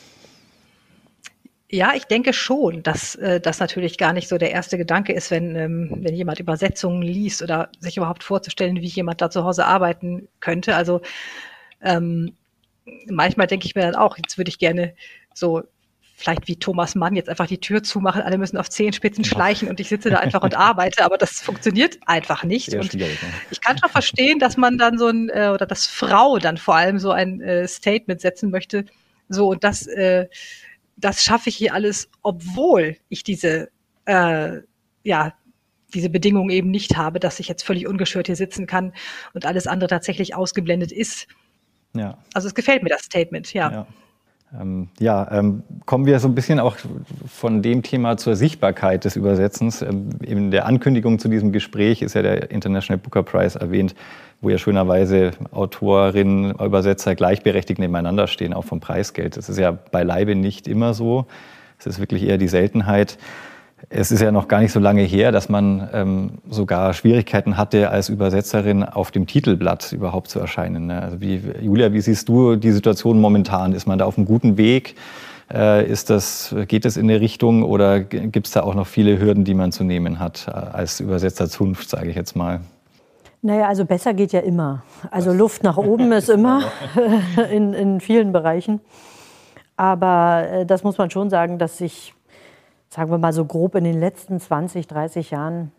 Ja, ich denke schon, dass das natürlich gar nicht so der erste Gedanke ist, wenn jemand Übersetzungen liest oder sich überhaupt vorzustellen, wie jemand da zu Hause arbeiten könnte. Also manchmal denke ich mir dann auch, jetzt würde ich gerne so vielleicht wie Thomas Mann jetzt einfach die Tür zumachen, alle müssen auf Zehenspitzen schleichen und ich sitze da einfach und arbeite, aber das funktioniert einfach nicht. Und ich kann schon verstehen, dass man dann oder dass Frau dann vor allem so ein Statement setzen möchte, so und das schaffe ich hier alles, obwohl ich diese Bedingungen eben nicht habe, dass ich jetzt völlig ungeschört hier sitzen kann und alles andere tatsächlich ausgeblendet ist. Ja. Also es gefällt mir, das Statement, ja. Kommen wir so ein bisschen auch von dem Thema zur Sichtbarkeit des Übersetzens. In der Ankündigung zu diesem Gespräch ist ja der International Booker Prize erwähnt, wo ja schönerweise Autorinnen, Übersetzer gleichberechtigt nebeneinander stehen, auch vom Preisgeld. Das ist ja beileibe nicht immer so. Es ist wirklich eher die Seltenheit. Es ist ja noch gar nicht so lange her, dass man sogar Schwierigkeiten hatte, als Übersetzerin auf dem Titelblatt überhaupt zu erscheinen. Ne? Also Julia, wie siehst du die Situation momentan? Ist man da auf einem guten Weg? Geht es in eine Richtung oder gibt es da auch noch viele Hürden, die man zu nehmen hat als Übersetzerzunft, sage ich jetzt mal? Naja, also besser geht ja immer. Also Luft nach oben ist immer in vielen Bereichen. Aber das muss man schon sagen, dass sich, sagen wir mal so grob, in den letzten 20, 30 Jahren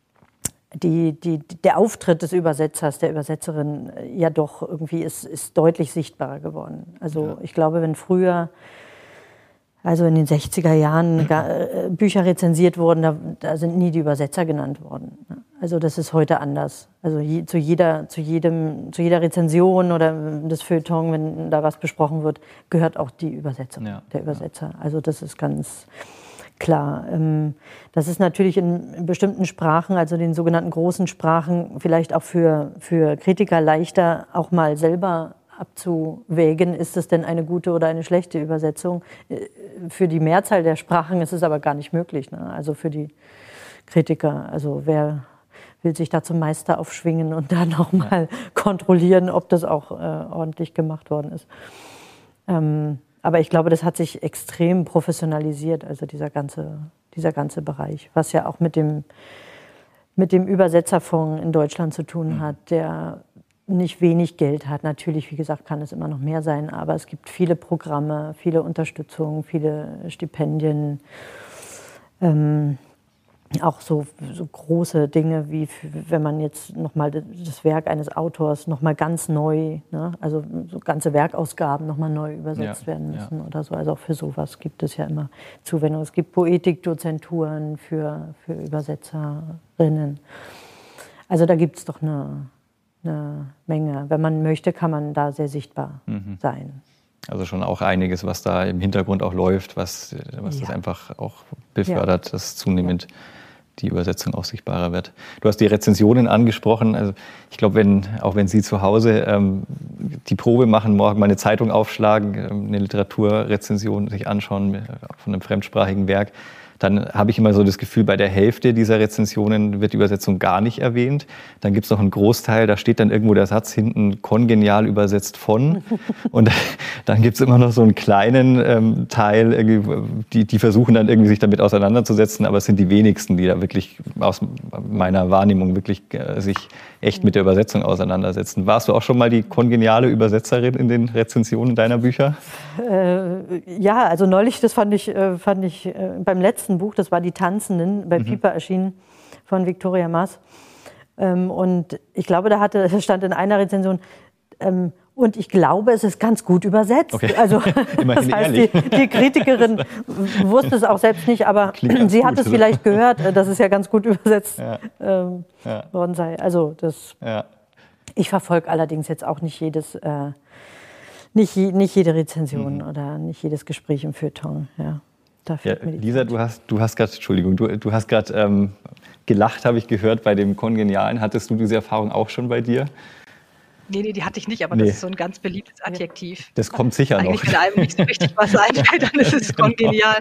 der Auftritt des Übersetzers, der Übersetzerin ja doch irgendwie ist deutlich sichtbarer geworden. Also ich glaube, wenn früher, also in den 60er Jahren, Bücher rezensiert wurden, da sind nie die Übersetzer genannt worden. Also das ist heute anders. Also zu jeder Rezension oder das Feuilleton, wenn da was besprochen wird, gehört auch die Übersetzung, der Übersetzer. Also das ist ganz klar. Das ist natürlich in bestimmten Sprachen, also den sogenannten großen Sprachen, vielleicht auch für Kritiker leichter, auch mal selber abzuwägen, ist es denn eine gute oder eine schlechte Übersetzung. Für die Mehrzahl der Sprachen ist es aber gar nicht möglich. Ne? Also für die Kritiker, also wer will sich da zum Meister aufschwingen und dann auch mal kontrollieren, ob das auch ordentlich gemacht worden ist. Aber ich glaube, das hat sich extrem professionalisiert, also dieser ganze Bereich, was ja auch mit dem Übersetzerfonds in Deutschland zu tun hat, der nicht wenig Geld hat. Natürlich, wie gesagt, kann es immer noch mehr sein, aber es gibt viele Programme, viele Unterstützung, viele Stipendien, auch so große Dinge, wie wenn man jetzt nochmal das Werk eines Autors nochmal ganz neu, ne, also so ganze Werkausgaben nochmal neu übersetzt werden müssen oder so. Also auch für sowas gibt es ja immer Zuwendungen. Es gibt Poetikdozenturen für Übersetzerinnen. Also da gibt es doch eine Menge. Wenn man möchte, kann man da sehr sichtbar sein. Also schon auch einiges, was da im Hintergrund auch läuft, was das einfach auch befördert, dass zunehmend die Übersetzung auch sichtbarer wird. Du hast die Rezensionen angesprochen. Also ich glaube, auch wenn Sie zu Hause die Probe machen, morgen mal eine Zeitung aufschlagen, eine Literaturrezension sich anschauen von einem fremdsprachigen Werk, dann habe ich immer so das Gefühl, bei der Hälfte dieser Rezensionen wird die Übersetzung gar nicht erwähnt. Dann gibt es noch einen Großteil, da steht dann irgendwo der Satz hinten, kongenial übersetzt von. Und dann gibt es immer noch so einen kleinen Teil, die versuchen dann irgendwie sich damit auseinanderzusetzen, aber es sind die wenigsten, die da wirklich aus meiner Wahrnehmung wirklich sich echt mit der Übersetzung auseinandersetzen. Warst du auch schon mal die kongeniale Übersetzerin in den Rezensionen deiner Bücher? Ja, also neulich, das fand ich beim letzten Buch, das war Die Tanzenden, bei Piper erschienen, von Victoria Maas. Und ich glaube, da stand in einer Rezension, und ich glaube, es ist ganz gut übersetzt. Okay. Also, immerhin das heißt, ehrlich. Die Kritikerin wusste es auch selbst nicht, aber sie hat es vielleicht gehört, dass es ja ganz gut übersetzt worden sei. Also ich verfolge allerdings jetzt auch nicht nicht jede Rezension oder nicht jedes Gespräch im Feuilleton. Lisa, du hast gerade gelacht, habe ich gehört, bei dem Kongenialen. Hattest du diese Erfahrung auch schon bei dir? Nee, die hatte ich nicht, aber das ist so ein ganz beliebtes Adjektiv. Das kommt sicher noch. Eigentlich, wenn einem nicht so richtig was einfällt, dann ist es kongenial.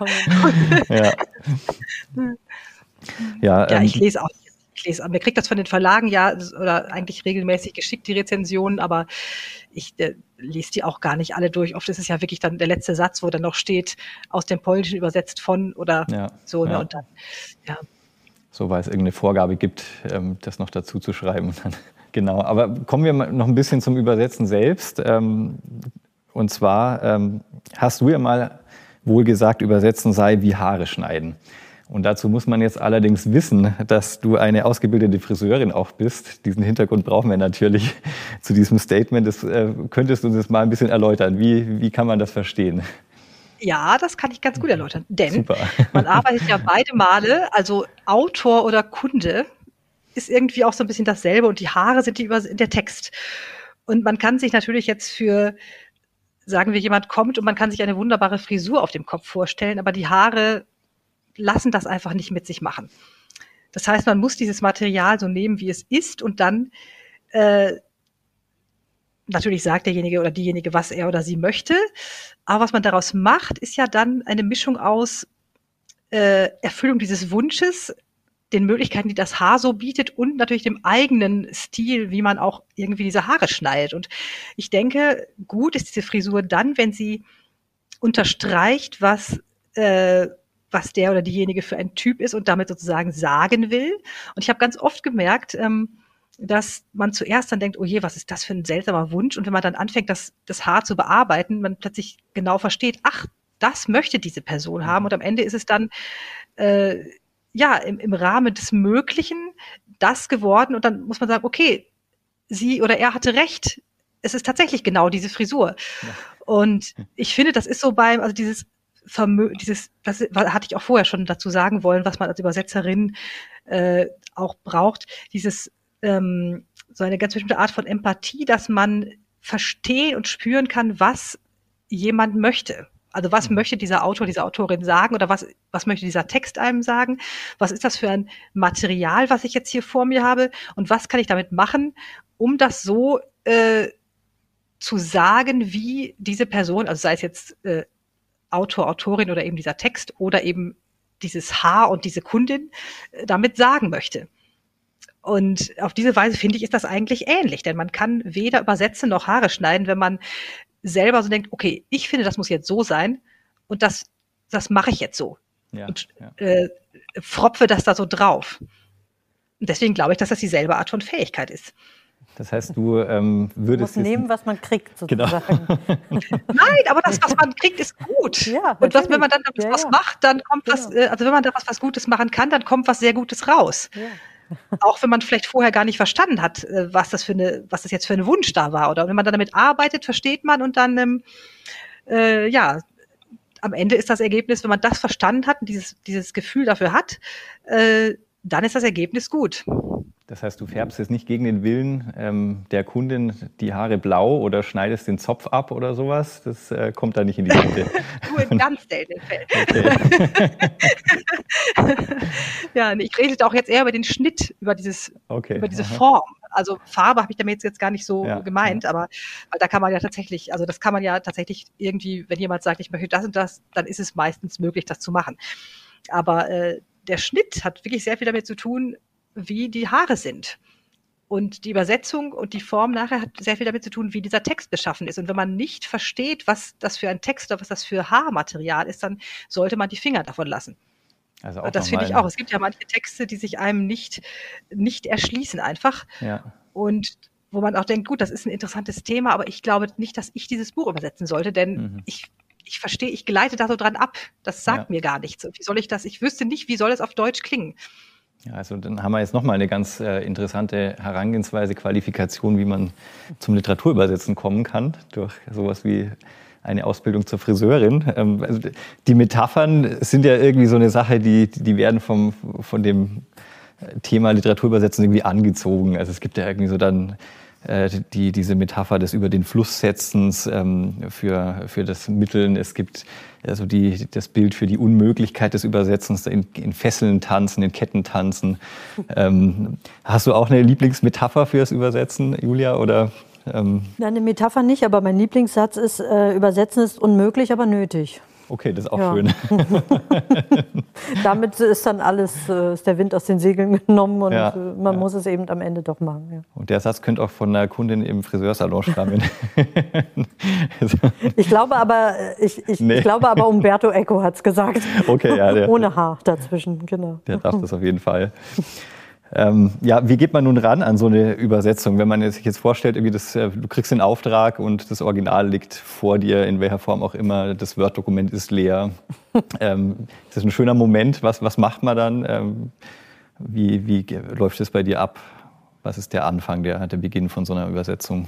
Ich lese auch. Mir kriegt das von den Verlagen oder eigentlich regelmäßig geschickt, die Rezensionen, aber ich lese die auch gar nicht alle durch. Oft ist es ja wirklich dann der letzte Satz, wo dann noch steht, aus dem Polnischen übersetzt von oder so. Ne? Und dann, so, weil es irgendeine Vorgabe gibt, das noch dazu zu schreiben. Genau, aber kommen wir noch ein bisschen zum Übersetzen selbst. Und zwar hast du ja mal wohl gesagt, Übersetzen sei wie Haare schneiden. Und dazu muss man jetzt allerdings wissen, dass du eine ausgebildete Friseurin auch bist. Diesen Hintergrund brauchen wir natürlich zu diesem Statement. Könntest du uns das mal ein bisschen erläutern? Wie kann man das verstehen? Ja, das kann ich ganz gut erläutern. Denn man arbeitet ja beide Male, also Autor oder Kunde ist irgendwie auch so ein bisschen dasselbe und die Haare sind der Text. Und man kann sich natürlich jetzt sagen wir, jemand kommt und man kann sich eine wunderbare Frisur auf dem Kopf vorstellen, aber die Haare lassen das einfach nicht mit sich machen. Das heißt, man muss dieses Material so nehmen, wie es ist und dann natürlich sagt derjenige oder diejenige, was er oder sie möchte, aber was man daraus macht, ist ja dann eine Mischung aus Erfüllung dieses Wunsches, den Möglichkeiten, die das Haar so bietet und natürlich dem eigenen Stil, wie man auch irgendwie diese Haare schneidet. Und ich denke, gut ist diese Frisur dann, wenn sie unterstreicht, was der oder diejenige für ein Typ ist und damit sozusagen sagen will. Und ich habe ganz oft gemerkt, dass man zuerst dann denkt, oh je, was ist das für ein seltsamer Wunsch? Und wenn man dann anfängt, das Haar zu bearbeiten, man plötzlich genau versteht, ach, das möchte diese Person haben. Und am Ende ist es dann im Rahmen des Möglichen das geworden. Und dann muss man sagen, okay, sie oder er hatte recht. Es ist tatsächlich genau diese Frisur. Ja. Und ich finde, das ist so das hatte ich auch vorher schon dazu sagen wollen, was man als Übersetzerin auch braucht, so eine ganz bestimmte Art von Empathie, dass man verstehen und spüren kann, was jemand möchte. Also was möchte dieser Autor, diese Autorin sagen oder was möchte dieser Text einem sagen? Was ist das für ein Material, was ich jetzt hier vor mir habe? Und was kann ich damit machen, um das so zu sagen, wie diese Person, also sei es jetzt Autor, Autorin oder eben dieser Text oder eben dieses Haar und diese Kundin damit sagen möchte. Und auf diese Weise, finde ich, ist das eigentlich ähnlich, denn man kann weder übersetzen noch Haare schneiden, wenn man selber so denkt, okay, ich finde, das muss jetzt so sein und das mache ich jetzt so. Ja, und fropfe das da so drauf. Und deswegen glaube ich, dass das dieselbe Art von Fähigkeit ist. Das heißt, du würdest... Man muss nehmen, was man kriegt, sozusagen. Genau. Nein, aber das, was man kriegt, ist gut. Ja, und wenn man dann damit was macht, dann kommt also wenn man da was Gutes machen kann, dann kommt was sehr Gutes raus. Ja. Auch wenn man vielleicht vorher gar nicht verstanden hat, was das jetzt für ein Wunsch da war. Oder wenn man dann damit arbeitet, versteht man und dann, am Ende ist das Ergebnis, wenn man das verstanden hat und dieses Gefühl dafür hat, dann ist das Ergebnis gut. Das heißt, du färbst jetzt nicht gegen den Willen der Kundin die Haare blau oder schneidest den Zopf ab oder sowas? Das kommt da nicht in die Mitte. Nur in ganz seltenen Fällen. Okay. Ja, ich rede auch jetzt eher über den Schnitt, über diese Form. Also Farbe habe ich damit jetzt gar nicht so gemeint, aber weil da kann man ja tatsächlich, also das kann man ja tatsächlich irgendwie, wenn jemand sagt, ich möchte das und das, dann ist es meistens möglich, das zu machen. Aber der Schnitt hat wirklich sehr viel damit zu tun, wie die Haare sind. Und die Übersetzung und die Form nachher hat sehr viel damit zu tun, wie dieser Text beschaffen ist. Und wenn man nicht versteht, was das für ein Text oder was das für Haarmaterial ist, dann sollte man die Finger davon lassen. Also das finde ich auch. Es gibt ja manche Texte, die sich einem nicht erschließen einfach. Ja. Und wo man auch denkt, gut, das ist ein interessantes Thema, aber ich glaube nicht, dass ich dieses Buch übersetzen sollte, denn ich verstehe, ich gleite da so dran ab. Das sagt mir gar nichts. Und wie soll ich das? Ich wüsste nicht, wie soll es auf Deutsch klingen. Ja, also dann haben wir jetzt nochmal eine ganz interessante Herangehensweise, Qualifikation, wie man zum Literaturübersetzen kommen kann, durch sowas wie eine Ausbildung zur Friseurin. Also die Metaphern sind ja irgendwie so eine Sache, die werden von dem Thema Literaturübersetzen irgendwie angezogen. Also es gibt ja irgendwie so dann diese Metapher des über den Fluss Setzens für das Mitteln. Es gibt also das Bild für die Unmöglichkeit des Übersetzens, in Fesseln tanzen, in Ketten tanzen. Hast du auch eine Lieblingsmetapher für das Übersetzen, Julia? Oder, Nein, eine Metapher nicht, aber mein Lieblingssatz ist, Übersetzen ist unmöglich, aber nötig. Okay, das ist auch schön. Damit ist dann ist der Wind aus den Segeln genommen und man muss es eben am Ende doch machen. Ja. Und der Satz könnte auch von einer Kundin im Friseursalon stammen. Ich glaube aber, Umberto Eco hat es gesagt. Okay, ja, ohne Haar dazwischen, genau. Der darf das auf jeden Fall. Wie geht man nun ran an so eine Übersetzung? Wenn man sich jetzt vorstellt, du kriegst den Auftrag und das Original liegt vor dir, in welcher Form auch immer, das Word-Dokument ist leer. Das ist ein schöner Moment. Was macht man dann? Wie läuft es bei dir ab? Was ist der Anfang, der Beginn von so einer Übersetzung?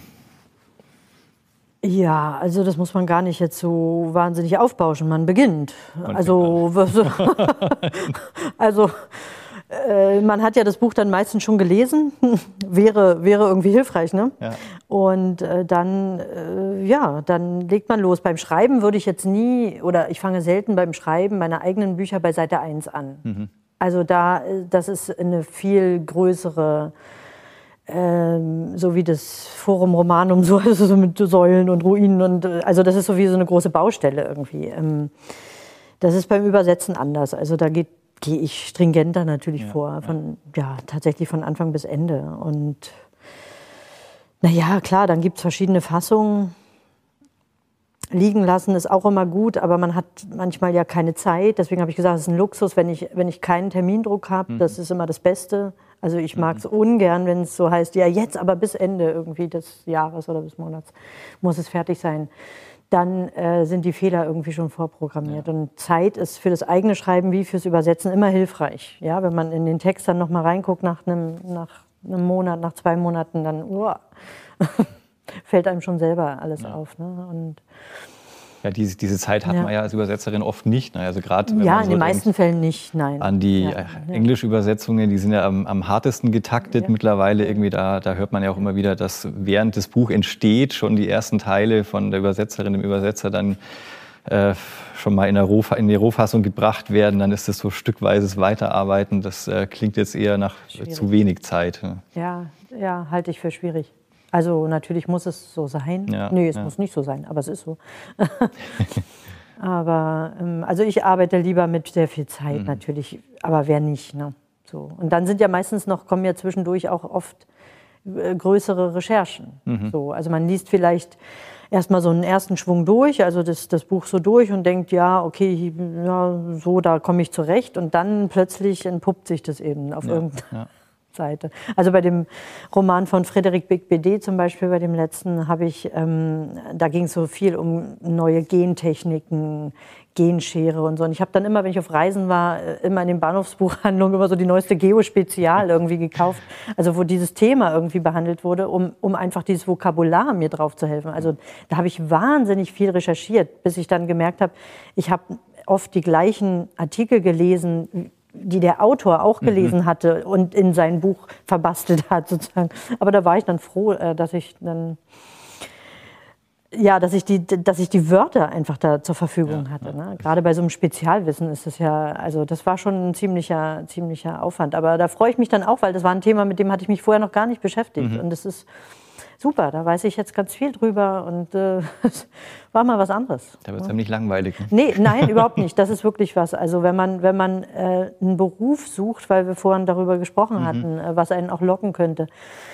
Ja, also das muss man gar nicht jetzt so wahnsinnig aufbauschen. Man beginnt. Man hat ja das Buch dann meistens schon gelesen, wäre irgendwie hilfreich, ne? Ja. Und dann legt man los. Beim Schreiben würde ich jetzt nie, oder ich fange selten beim Schreiben meiner eigenen Bücher bei Seite 1 an. Mhm. Also das ist eine viel größere, so wie das Forum Romanum, so mit Säulen und Ruinen und also das ist so wie so eine große Baustelle irgendwie. Das ist beim Übersetzen anders. Also da gehe ich stringenter natürlich vor, tatsächlich von Anfang bis Ende. Und naja, klar, dann gibt es verschiedene Fassungen. Liegen lassen ist auch immer gut, aber man hat manchmal ja keine Zeit. Deswegen habe ich gesagt, es ist ein Luxus, wenn ich keinen Termindruck habe. Das ist immer das Beste. Also ich mag es ungern, wenn es so heißt, ja jetzt aber bis Ende irgendwie des Jahres oder des Monats muss es fertig sein. Dann sind die Fehler irgendwie schon vorprogrammiert. Ja. Und Zeit ist für das eigene Schreiben wie fürs Übersetzen immer hilfreich. Ja, wenn man in den Text dann nochmal reinguckt nach einem Monat, nach 2 Monaten, dann fällt einem schon selber alles auf. Ne? Und ja, diese Zeit hat man ja als Übersetzerin oft nicht. Ne? Also gerade wenn man in den meisten Fällen nicht, nein. An die Englischübersetzungen, die sind ja am hartesten getaktet mittlerweile. Irgendwie da hört man ja auch immer wieder, dass während das Buch entsteht, schon die ersten Teile von der Übersetzerin, dem Übersetzer dann schon mal in die Rohfassung gebracht werden. Dann ist das so stückweises Weiterarbeiten. Das klingt jetzt eher nach zu wenig Zeit. Ne? Ja, halte ich für schwierig. Also natürlich muss es so sein. Es muss nicht so sein, aber es ist so. Aber also ich arbeite lieber mit sehr viel Zeit natürlich, aber wer nicht. Ne? So. Und dann kommen ja zwischendurch auch oft größere Recherchen. So. Also man liest vielleicht erstmal so einen ersten Schwung durch, also das Buch so durch und denkt, da komme ich zurecht. Und dann plötzlich entpuppt sich das eben auf irgendeiner Seite. Also bei dem Roman von Frédéric Beigbeder zum Beispiel, bei dem letzten, da ging es so viel um neue Gentechniken, Genschere und so. Und ich habe dann immer, wenn ich auf Reisen war, immer in den Bahnhofsbuchhandlungen immer so die neueste Geo-Spezial irgendwie gekauft, also wo dieses Thema irgendwie behandelt wurde, um einfach dieses Vokabular mir drauf zu helfen. Also da habe ich wahnsinnig viel recherchiert, bis ich dann gemerkt habe, ich habe oft die gleichen Artikel gelesen, die der Autor auch gelesen hatte und in sein Buch verbastelt hat sozusagen. Aber da war ich dann froh, dass ich die Wörter einfach da zur Verfügung hatte. Ne? Gerade bei so einem Spezialwissen ist es also das war schon ein ziemlicher Aufwand. Aber da freue ich mich dann auch, weil das war ein Thema, mit dem hatte ich mich vorher noch gar nicht beschäftigt. Und das ist super, da weiß ich jetzt ganz viel drüber und es war mal was anderes. Da wird es einem nicht langweilig. Ne? Nee, nein, überhaupt nicht. Das ist wirklich was. Also wenn man einen Beruf sucht, weil wir vorhin darüber gesprochen hatten, was einen auch locken könnte,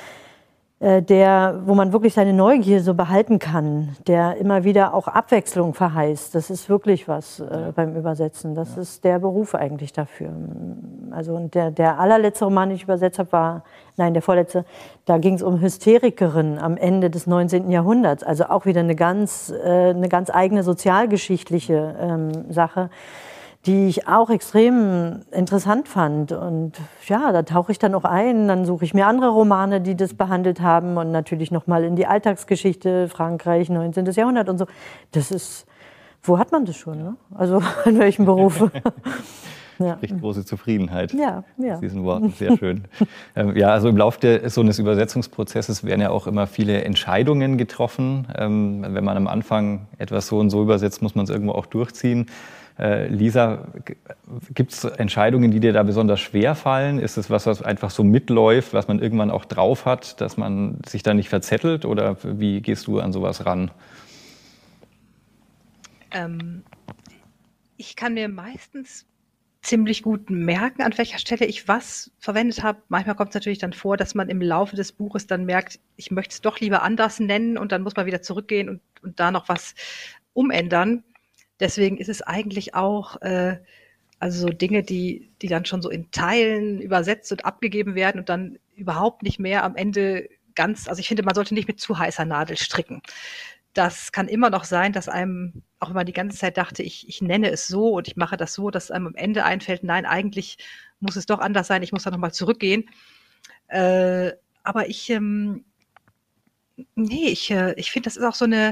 wo man wirklich seine Neugier so behalten kann, der immer wieder auch Abwechslung verheißt. Das ist wirklich was beim Übersetzen. Das ist der Beruf eigentlich dafür. Also und der allerletzte Roman, den ich übersetzt habe, der vorletzte, da ging es um Hysterikerinnen am Ende des 19. Jahrhunderts. Also auch wieder eine ganz eigene sozialgeschichtliche Sache, die ich auch extrem interessant fand. Und da tauche ich dann auch ein, dann suche ich mir andere Romane, die das behandelt haben und natürlich nochmal in die Alltagsgeschichte, Frankreich, 19. Jahrhundert und so. Das ist, wo hat man das schon, ne? Also in welchem Beruf? Spricht große Zufriedenheit aus diesen Worten, sehr schön. Also im Laufe so eines Übersetzungsprozesses werden ja auch immer viele Entscheidungen getroffen. Wenn man am Anfang etwas so und so übersetzt, muss man es irgendwo auch durchziehen. Lisa, gibt es Entscheidungen, die dir da besonders schwer fallen? Ist es was einfach so mitläuft, was man irgendwann auch drauf hat, dass man sich da nicht verzettelt? Oder wie gehst du an sowas ran? Ich kann mir meistens ziemlich gut merken, an welcher Stelle ich was verwendet habe. Manchmal kommt es natürlich dann vor, dass man im Laufe des Buches dann merkt, ich möchte es doch lieber anders nennen und dann muss man wieder zurückgehen und da noch was umändern. Deswegen ist es eigentlich auch so Dinge, die dann schon so in Teilen übersetzt und abgegeben werden und dann überhaupt nicht mehr am Ende also ich finde, man sollte nicht mit zu heißer Nadel stricken. Das kann immer noch sein, dass einem, auch wenn man die ganze Zeit dachte, ich nenne es so und ich mache das so, dass einem am Ende einfällt, nein, eigentlich muss es doch anders sein, ich muss da nochmal zurückgehen. Aber ich finde, das ist auch so eine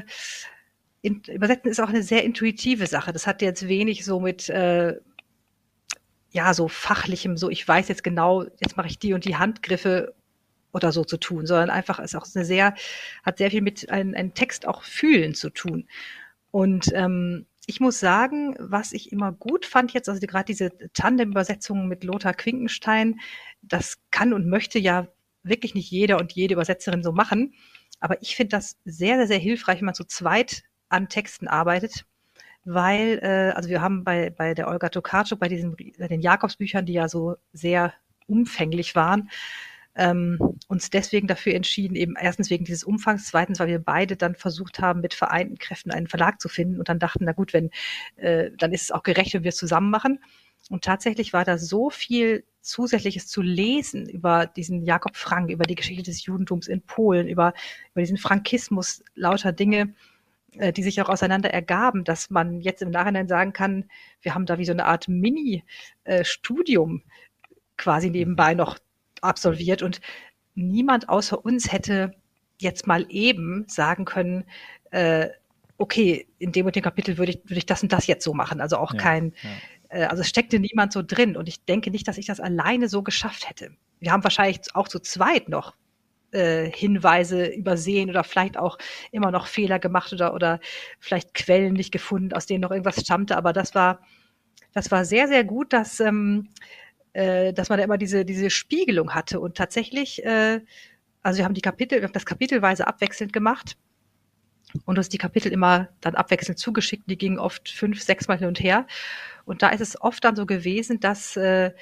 Übersetzen ist auch eine sehr intuitive Sache. Das hat jetzt wenig so mit ja, so fachlichem, so ich weiß jetzt genau, jetzt mache ich die und die Handgriffe oder so zu tun, sondern einfach ist auch hat sehr viel mit einem Text auch fühlen zu tun. Und ich muss sagen, was ich immer gut fand jetzt, also gerade diese Tandem-Übersetzungen mit Lothar Quinkenstein, das kann und möchte ja wirklich nicht jeder und jede Übersetzerin so machen. Aber ich finde das sehr, sehr, sehr hilfreich, wenn man zu zweit an Texten arbeitet. Weil, also wir haben bei der Olga Tokarczuk, bei den Jakobsbüchern, die ja so sehr umfänglich waren, uns deswegen dafür entschieden, eben erstens wegen dieses Umfangs, zweitens, weil wir beide dann versucht haben, mit vereinten Kräften einen Verlag zu finden und dann dachten, na gut, dann ist es auch gerecht, wenn wir es zusammen machen. Und tatsächlich war da so viel Zusätzliches zu lesen über diesen Jakob Frank, über die Geschichte des Judentums in Polen, über diesen Frankismus, lauter Dinge, die sich auch auseinander ergaben, dass man jetzt im Nachhinein sagen kann, wir haben da wie so eine Art Mini-Studium quasi nebenbei noch absolviert und niemand außer uns hätte jetzt mal eben sagen können, okay, in dem und dem Kapitel würde ich das und das jetzt so machen. Also auch also es steckte niemand so drin und ich denke nicht, dass ich das alleine so geschafft hätte. Wir haben wahrscheinlich auch zu zweit noch Hinweise übersehen oder vielleicht auch immer noch Fehler gemacht oder vielleicht Quellen nicht gefunden, aus denen noch irgendwas stammte, aber das war sehr, sehr gut, dass man da immer diese Spiegelung hatte und tatsächlich, also wir haben das kapitelweise abwechselnd gemacht und uns die Kapitel immer dann abwechselnd zugeschickt, die gingen oft 5, 6 Mal hin und her und da ist es oft dann so gewesen, dass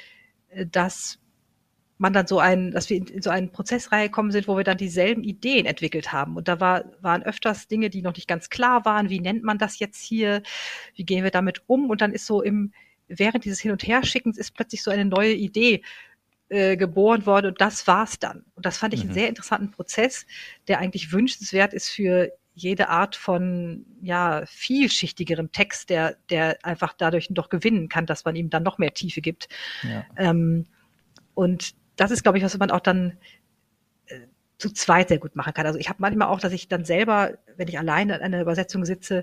man dann dass wir in so eine Prozessreihe gekommen sind, wo wir dann dieselben Ideen entwickelt haben. Und da waren öfters Dinge, die noch nicht ganz klar waren. Wie nennt man das jetzt hier? Wie gehen wir damit um? Und dann ist so während dieses Hin- und Herschickens ist plötzlich so eine neue Idee geboren worden und das war's dann. Und das fand ich einen sehr interessanten Prozess, der eigentlich wünschenswert ist für jede Art von vielschichtigerem Text, der einfach dadurch noch gewinnen kann, dass man ihm dann noch mehr Tiefe gibt. Ja. Und das ist, glaube ich, was man auch dann zu zweit sehr gut machen kann. Also ich habe manchmal auch, dass ich dann selber, wenn ich alleine an einer Übersetzung sitze,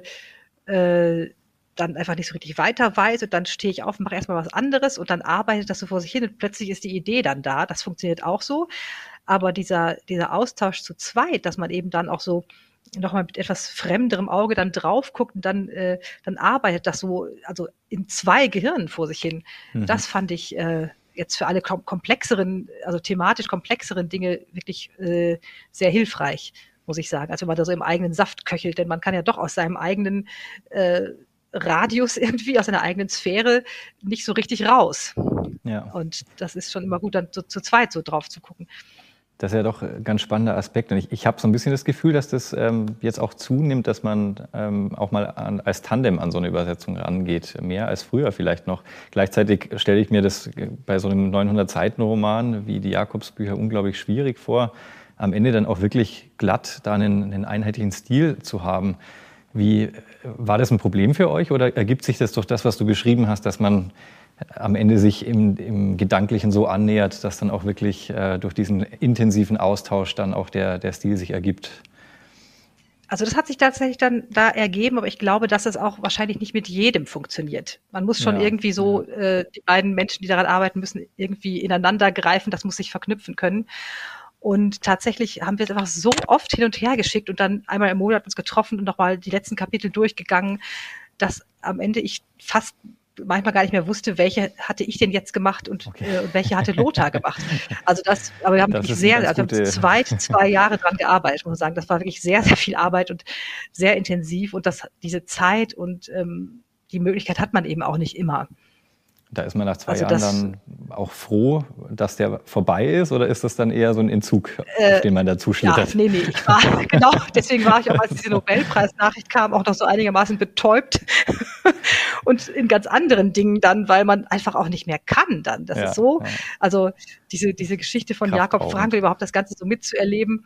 dann einfach nicht so richtig weiter weiß und dann stehe ich auf und mache erstmal was anderes und dann arbeitet das so vor sich hin und plötzlich ist die Idee dann da. Das funktioniert auch so. Aber dieser Austausch zu zweit, dass man eben dann auch so nochmal mit etwas fremderem Auge dann drauf guckt und dann arbeitet das so, also in 2 Gehirnen vor sich hin. Das fand ich jetzt für alle thematisch komplexeren Dinge wirklich sehr hilfreich, muss ich sagen. Also wenn man da so im eigenen Saft köchelt, denn man kann ja doch aus seinem eigenen Radius irgendwie, aus seiner eigenen Sphäre nicht so richtig raus. Ja. Und das ist schon immer gut, dann zu zweit so drauf zu gucken. Das ist ja doch ein ganz spannender Aspekt. Und ich habe so ein bisschen das Gefühl, dass das jetzt auch zunimmt, dass man auch mal als Tandem an so eine Übersetzung rangeht. Mehr als früher vielleicht noch. Gleichzeitig stelle ich mir das bei so einem 900-Seiten-Roman wie die Jakobsbücher unglaublich schwierig vor, am Ende dann auch wirklich glatt da einen einheitlichen Stil zu haben. War das ein Problem für euch oder ergibt sich das durch das, was du beschrieben hast, dass man am Ende sich im Gedanklichen so annähert, dass dann auch wirklich durch diesen intensiven Austausch dann auch der Stil sich ergibt? Also das hat sich tatsächlich dann da ergeben, aber ich glaube, dass es auch wahrscheinlich nicht mit jedem funktioniert. Man muss schon irgendwie so, die beiden Menschen, die daran arbeiten, müssen irgendwie ineinander greifen, das muss sich verknüpfen können. Und tatsächlich haben wir es einfach so oft hin und her geschickt und dann einmal im Monat uns getroffen und nochmal die letzten Kapitel durchgegangen, dass am Ende ich fast manchmal gar nicht mehr wusste, welche hatte ich denn jetzt gemacht und welche hatte Lothar gemacht. Aber wir haben wirklich wir haben zu zweit 2 Jahre dran gearbeitet, muss man sagen. Das war wirklich sehr, sehr viel Arbeit und sehr intensiv und diese Zeit und die Möglichkeit hat man eben auch nicht immer. Da ist man nach 2 Jahren dann auch froh, dass der vorbei ist, oder ist das dann eher so ein Entzug, auf den man dazu schlittert? Ja, nee, deswegen war ich auch, als diese Nobelpreisnachricht kam, auch noch so einigermaßen betäubt und in ganz anderen Dingen dann, weil man einfach auch nicht mehr kann dann. Das ist so, also diese Geschichte von Jakob Frank, überhaupt das Ganze so mitzuerleben,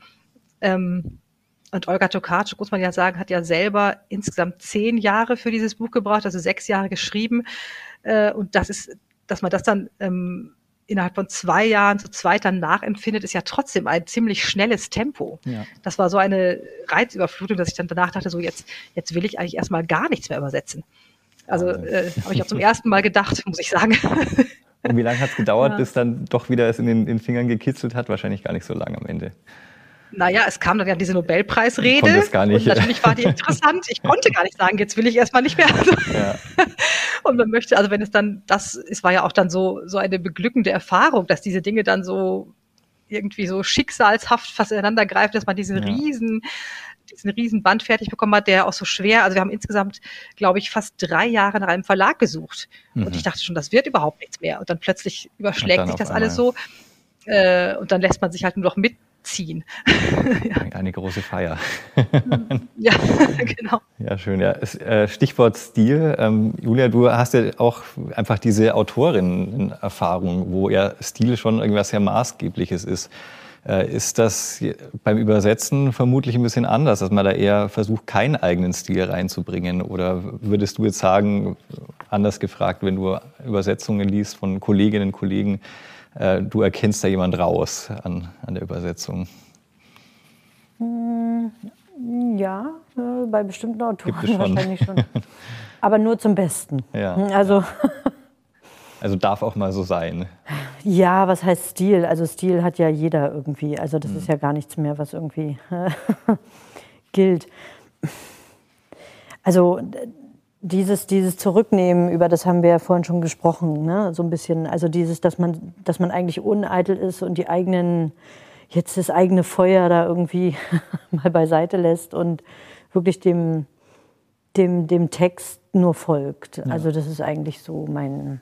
und Olga Tokarczuk, muss man ja sagen, hat ja selber insgesamt 10 Jahre für dieses Buch gebraucht, also 6 Jahre geschrieben. Und dass man das dann innerhalb von 2 Jahren zu zweit dann nachempfindet, ist ja trotzdem ein ziemlich schnelles Tempo. Ja. Das war so eine Reizüberflutung, dass ich dann danach dachte, so jetzt will ich eigentlich erstmal gar nichts mehr übersetzen. Also habe ich auch zum ersten Mal gedacht, muss ich sagen. Und wie lange hat es gedauert, bis dann doch wieder es in den Fingern gekitzelt hat? Wahrscheinlich gar nicht so lange am Ende. Naja, es kam dann ja diese Nobelpreisrede. Konnte es gar nicht. Und natürlich war die interessant. Ich konnte gar nicht sagen, jetzt will ich erstmal nicht mehr. Ja. Und man möchte, also wenn es dann, es war ja auch dann so eine beglückende Erfahrung, dass diese Dinge dann so irgendwie so schicksalshaft fast ineinander greifen, dass man diesen riesen Band fertig bekommen hat, der auch so schwer, also wir haben insgesamt, glaube ich, fast 3 Jahre nach einem Verlag gesucht. Und ich dachte schon, das wird überhaupt nichts mehr. Und dann plötzlich überschlägt sich das alles so. Und dann lässt man sich halt nur noch mitziehen. Eine große Feier. Ja, genau. Ja, schön. Ja. Stichwort Stil. Julia, du hast ja auch einfach diese Autorinnen-Erfahrung, wo ja Stil schon irgendwas sehr Maßgebliches ist. Ist das beim Übersetzen vermutlich ein bisschen anders, dass man da eher versucht, keinen eigenen Stil reinzubringen? Oder würdest du jetzt sagen, anders gefragt, wenn du Übersetzungen liest von Kolleginnen und Kollegen, du erkennst da jemand raus an der Übersetzung? Ja, bei bestimmten Autoren wahrscheinlich schon. Aber nur zum Besten. Ja. Also darf auch mal so sein. Ja, was heißt Stil? Also Stil hat ja jeder irgendwie. Also das ist ja gar nichts mehr, was irgendwie gilt. Also dieses Zurücknehmen, über das haben wir ja vorhin schon gesprochen, ne? So ein bisschen. Also dass man eigentlich uneitel ist und jetzt das eigene Feuer da irgendwie mal beiseite lässt und wirklich dem Text nur folgt. Ja. Also das ist eigentlich so mein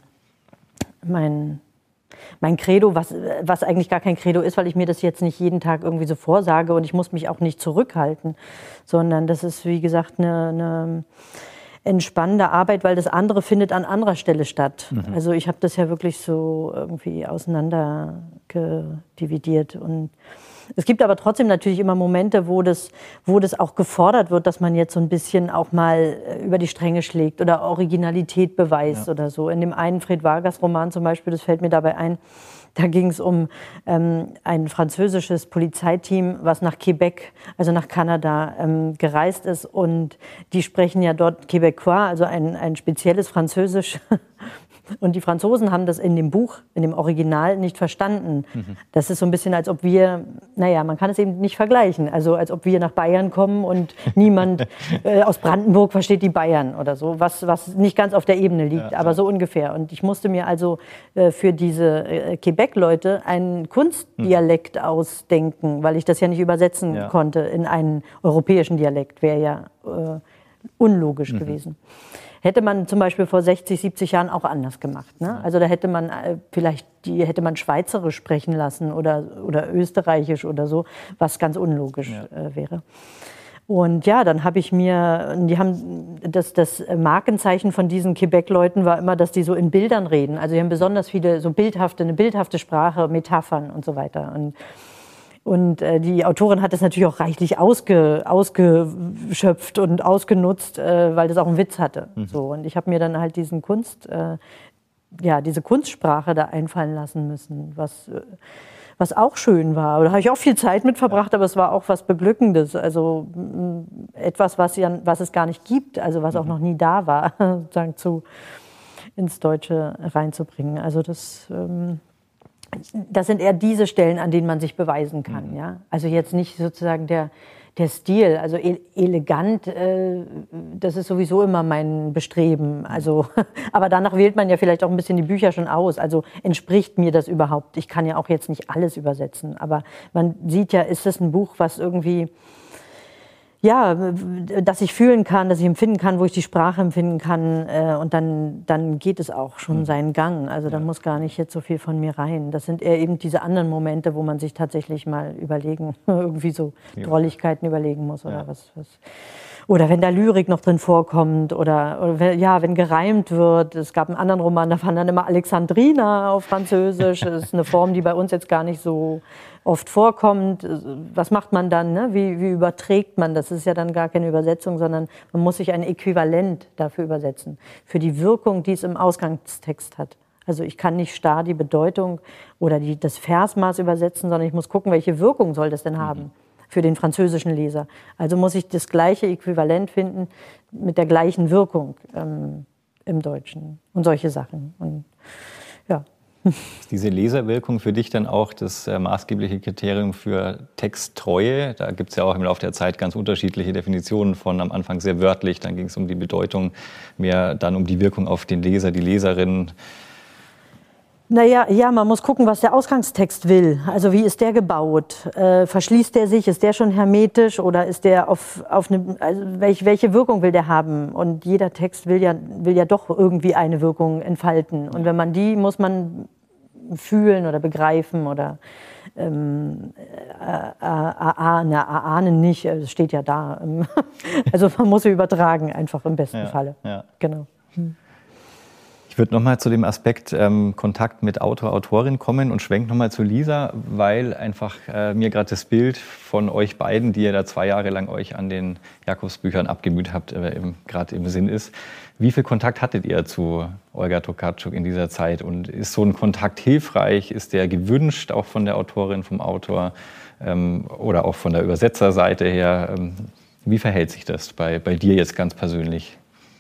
Credo, was eigentlich gar kein Credo ist, weil ich mir das jetzt nicht jeden Tag irgendwie so vorsage und ich muss mich auch nicht zurückhalten, sondern das ist, wie gesagt, eine entspannende Arbeit, weil das andere findet an anderer Stelle statt. Also ich habe das ja wirklich so irgendwie auseinander dividiert. Und es gibt aber trotzdem natürlich immer Momente, wo das auch gefordert wird, dass man jetzt so ein bisschen auch mal über die Stränge schlägt oder Originalität beweist oder so. In dem einen Fred Vargas Roman zum Beispiel, das fällt mir dabei ein, da ging es um ein französisches Polizeiteam, was nach Quebec, also nach Kanada, gereist ist. Und die sprechen ja dort Québécois, also ein spezielles Französisch. Und die Franzosen haben das in dem Buch, in dem Original, nicht verstanden. Das ist so ein bisschen, als ob wir, man kann es eben nicht vergleichen. Also als ob wir nach Bayern kommen und niemand aus Brandenburg versteht die Bayern oder so, was nicht ganz auf der Ebene liegt, aber so ungefähr. Und ich musste mir also für diese Quebec-Leute einen Kunstdialekt ausdenken, weil ich das ja nicht übersetzen konnte in einen europäischen Dialekt. Wäre ja unlogisch gewesen. Hätte man zum Beispiel vor 60, 70 Jahren auch anders gemacht. Ne? Also da hätte man hätte man Schweizerisch sprechen lassen oder Österreichisch oder so, was ganz unlogisch wäre. Und ja, dann habe ich mir, das Markenzeichen von diesen Quebec-Leuten war immer, dass die so in Bildern reden. Also die haben besonders viele so eine bildhafte Sprache, Metaphern und so weiter. Und die Autorin hat das natürlich auch reichlich ausgeschöpft und ausgenutzt, weil das auch einen Witz hatte. So, und ich habe mir dann halt diese Kunstsprache da einfallen lassen müssen, was auch schön war. Da habe ich auch viel Zeit mit verbracht, aber es war auch was Beglückendes. Also etwas, was es gar nicht gibt, also was auch noch nie da war, sozusagen ins Deutsche reinzubringen. Also das sind eher diese Stellen, an denen man sich beweisen kann. Ja? Also jetzt nicht sozusagen der Stil, also elegant, das ist sowieso immer mein Bestreben. Also, aber danach wählt man ja vielleicht auch ein bisschen die Bücher schon aus. Also entspricht mir das überhaupt? Ich kann ja auch jetzt nicht alles übersetzen, aber man sieht ja, ist das ein Buch, was irgendwie, dass ich fühlen kann, dass ich empfinden kann, wo ich die Sprache empfinden kann, und dann geht es auch schon seinen Gang. Also da muss gar nicht jetzt so viel von mir rein. Das sind eher eben diese anderen Momente, wo man sich tatsächlich mal irgendwie so Drolligkeiten überlegen muss oder was. Oder wenn da Lyrik noch drin vorkommt oder wenn gereimt wird. Es gab einen anderen Roman, da fand dann immer Alexandrina auf Französisch. Das ist eine Form, die bei uns jetzt gar nicht so oft vorkommt. Was macht man dann? Ne? Wie überträgt man das? Das ist ja dann gar keine Übersetzung, sondern man muss sich ein Äquivalent dafür übersetzen. Für die Wirkung, die es im Ausgangstext hat. Also ich kann nicht starr die Bedeutung oder das Versmaß übersetzen, sondern ich muss gucken, welche Wirkung soll das denn haben für den französischen Leser. Also muss ich das gleiche Äquivalent finden mit der gleichen Wirkung im Deutschen und solche Sachen. Und Ist diese Leserwirkung für dich dann auch das maßgebliche Kriterium für Texttreue? Da gibt es ja auch im Laufe der Zeit ganz unterschiedliche Definitionen von am Anfang sehr wörtlich, dann ging es um die Bedeutung, mehr dann um die Wirkung auf den Leser, die Leserin. Naja, ja, man muss gucken, was der Ausgangstext will. Also wie ist der gebaut? Verschließt der sich? Ist der schon hermetisch oder ist der auf eine, also welche Wirkung will der haben? Und jeder Text will ja doch irgendwie eine Wirkung entfalten. Und wenn man die, muss man fühlen oder begreifen oder erahnen nicht, es steht ja da. Also man muss sie übertragen, einfach im besten Falle. Ja. Genau. Ich würde nochmal zu dem Aspekt Kontakt mit Autor, Autorin kommen und schwenke nochmal zu Lisa, weil einfach mir gerade das Bild von euch beiden, die ihr da 2 Jahre lang euch an den Jakobsbüchern abgemüht habt, gerade im Sinn ist. Wie viel Kontakt hattet ihr zu Olga Tokarczuk in dieser Zeit? Und ist so ein Kontakt hilfreich? Ist der gewünscht, auch von der Autorin, vom Autor oder auch von der Übersetzerseite her? Wie verhält sich das bei dir jetzt ganz persönlich?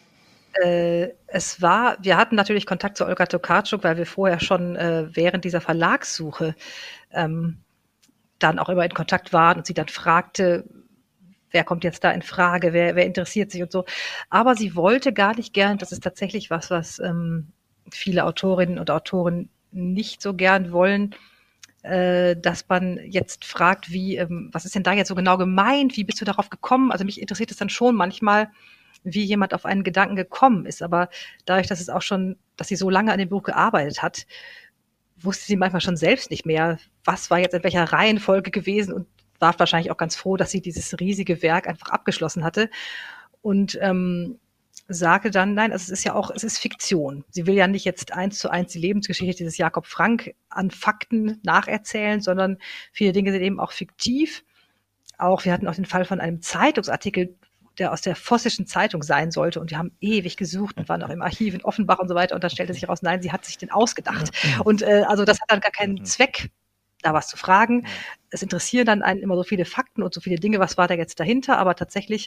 Wir hatten natürlich Kontakt zu Olga Tokarczuk, weil wir vorher schon während dieser Verlagssuche dann auch immer in Kontakt waren und sie dann fragte, wer kommt jetzt da in Frage, wer interessiert sich und so. Aber sie wollte gar nicht gern, das ist tatsächlich was viele Autorinnen und Autoren nicht so gern wollen, dass man jetzt fragt, was ist denn da jetzt so genau gemeint, wie bist du darauf gekommen? Also mich interessiert es dann schon manchmal, wie jemand auf einen Gedanken gekommen ist. Aber dadurch, dass sie so lange an dem Buch gearbeitet hat, wusste sie manchmal schon selbst nicht mehr, was war jetzt in welcher Reihenfolge gewesen und war wahrscheinlich auch ganz froh, dass sie dieses riesige Werk einfach abgeschlossen hatte und sagte dann, nein, also es ist Fiktion. Sie will ja nicht jetzt 1:1 die Lebensgeschichte dieses Jakob Frank an Fakten nacherzählen, sondern viele Dinge sind eben auch fiktiv. Wir hatten auch den Fall von einem Zeitungsartikel, der aus der Vossischen Zeitung sein sollte. Und wir haben ewig gesucht und waren auch im Archiv in Offenbach und so weiter. Und da stellte sich heraus, nein, sie hat sich den ausgedacht. Und also das hat dann gar keinen Zweck, da was zu fragen. Es interessieren dann einen immer so viele Fakten und so viele Dinge, was war da jetzt dahinter. Aber tatsächlich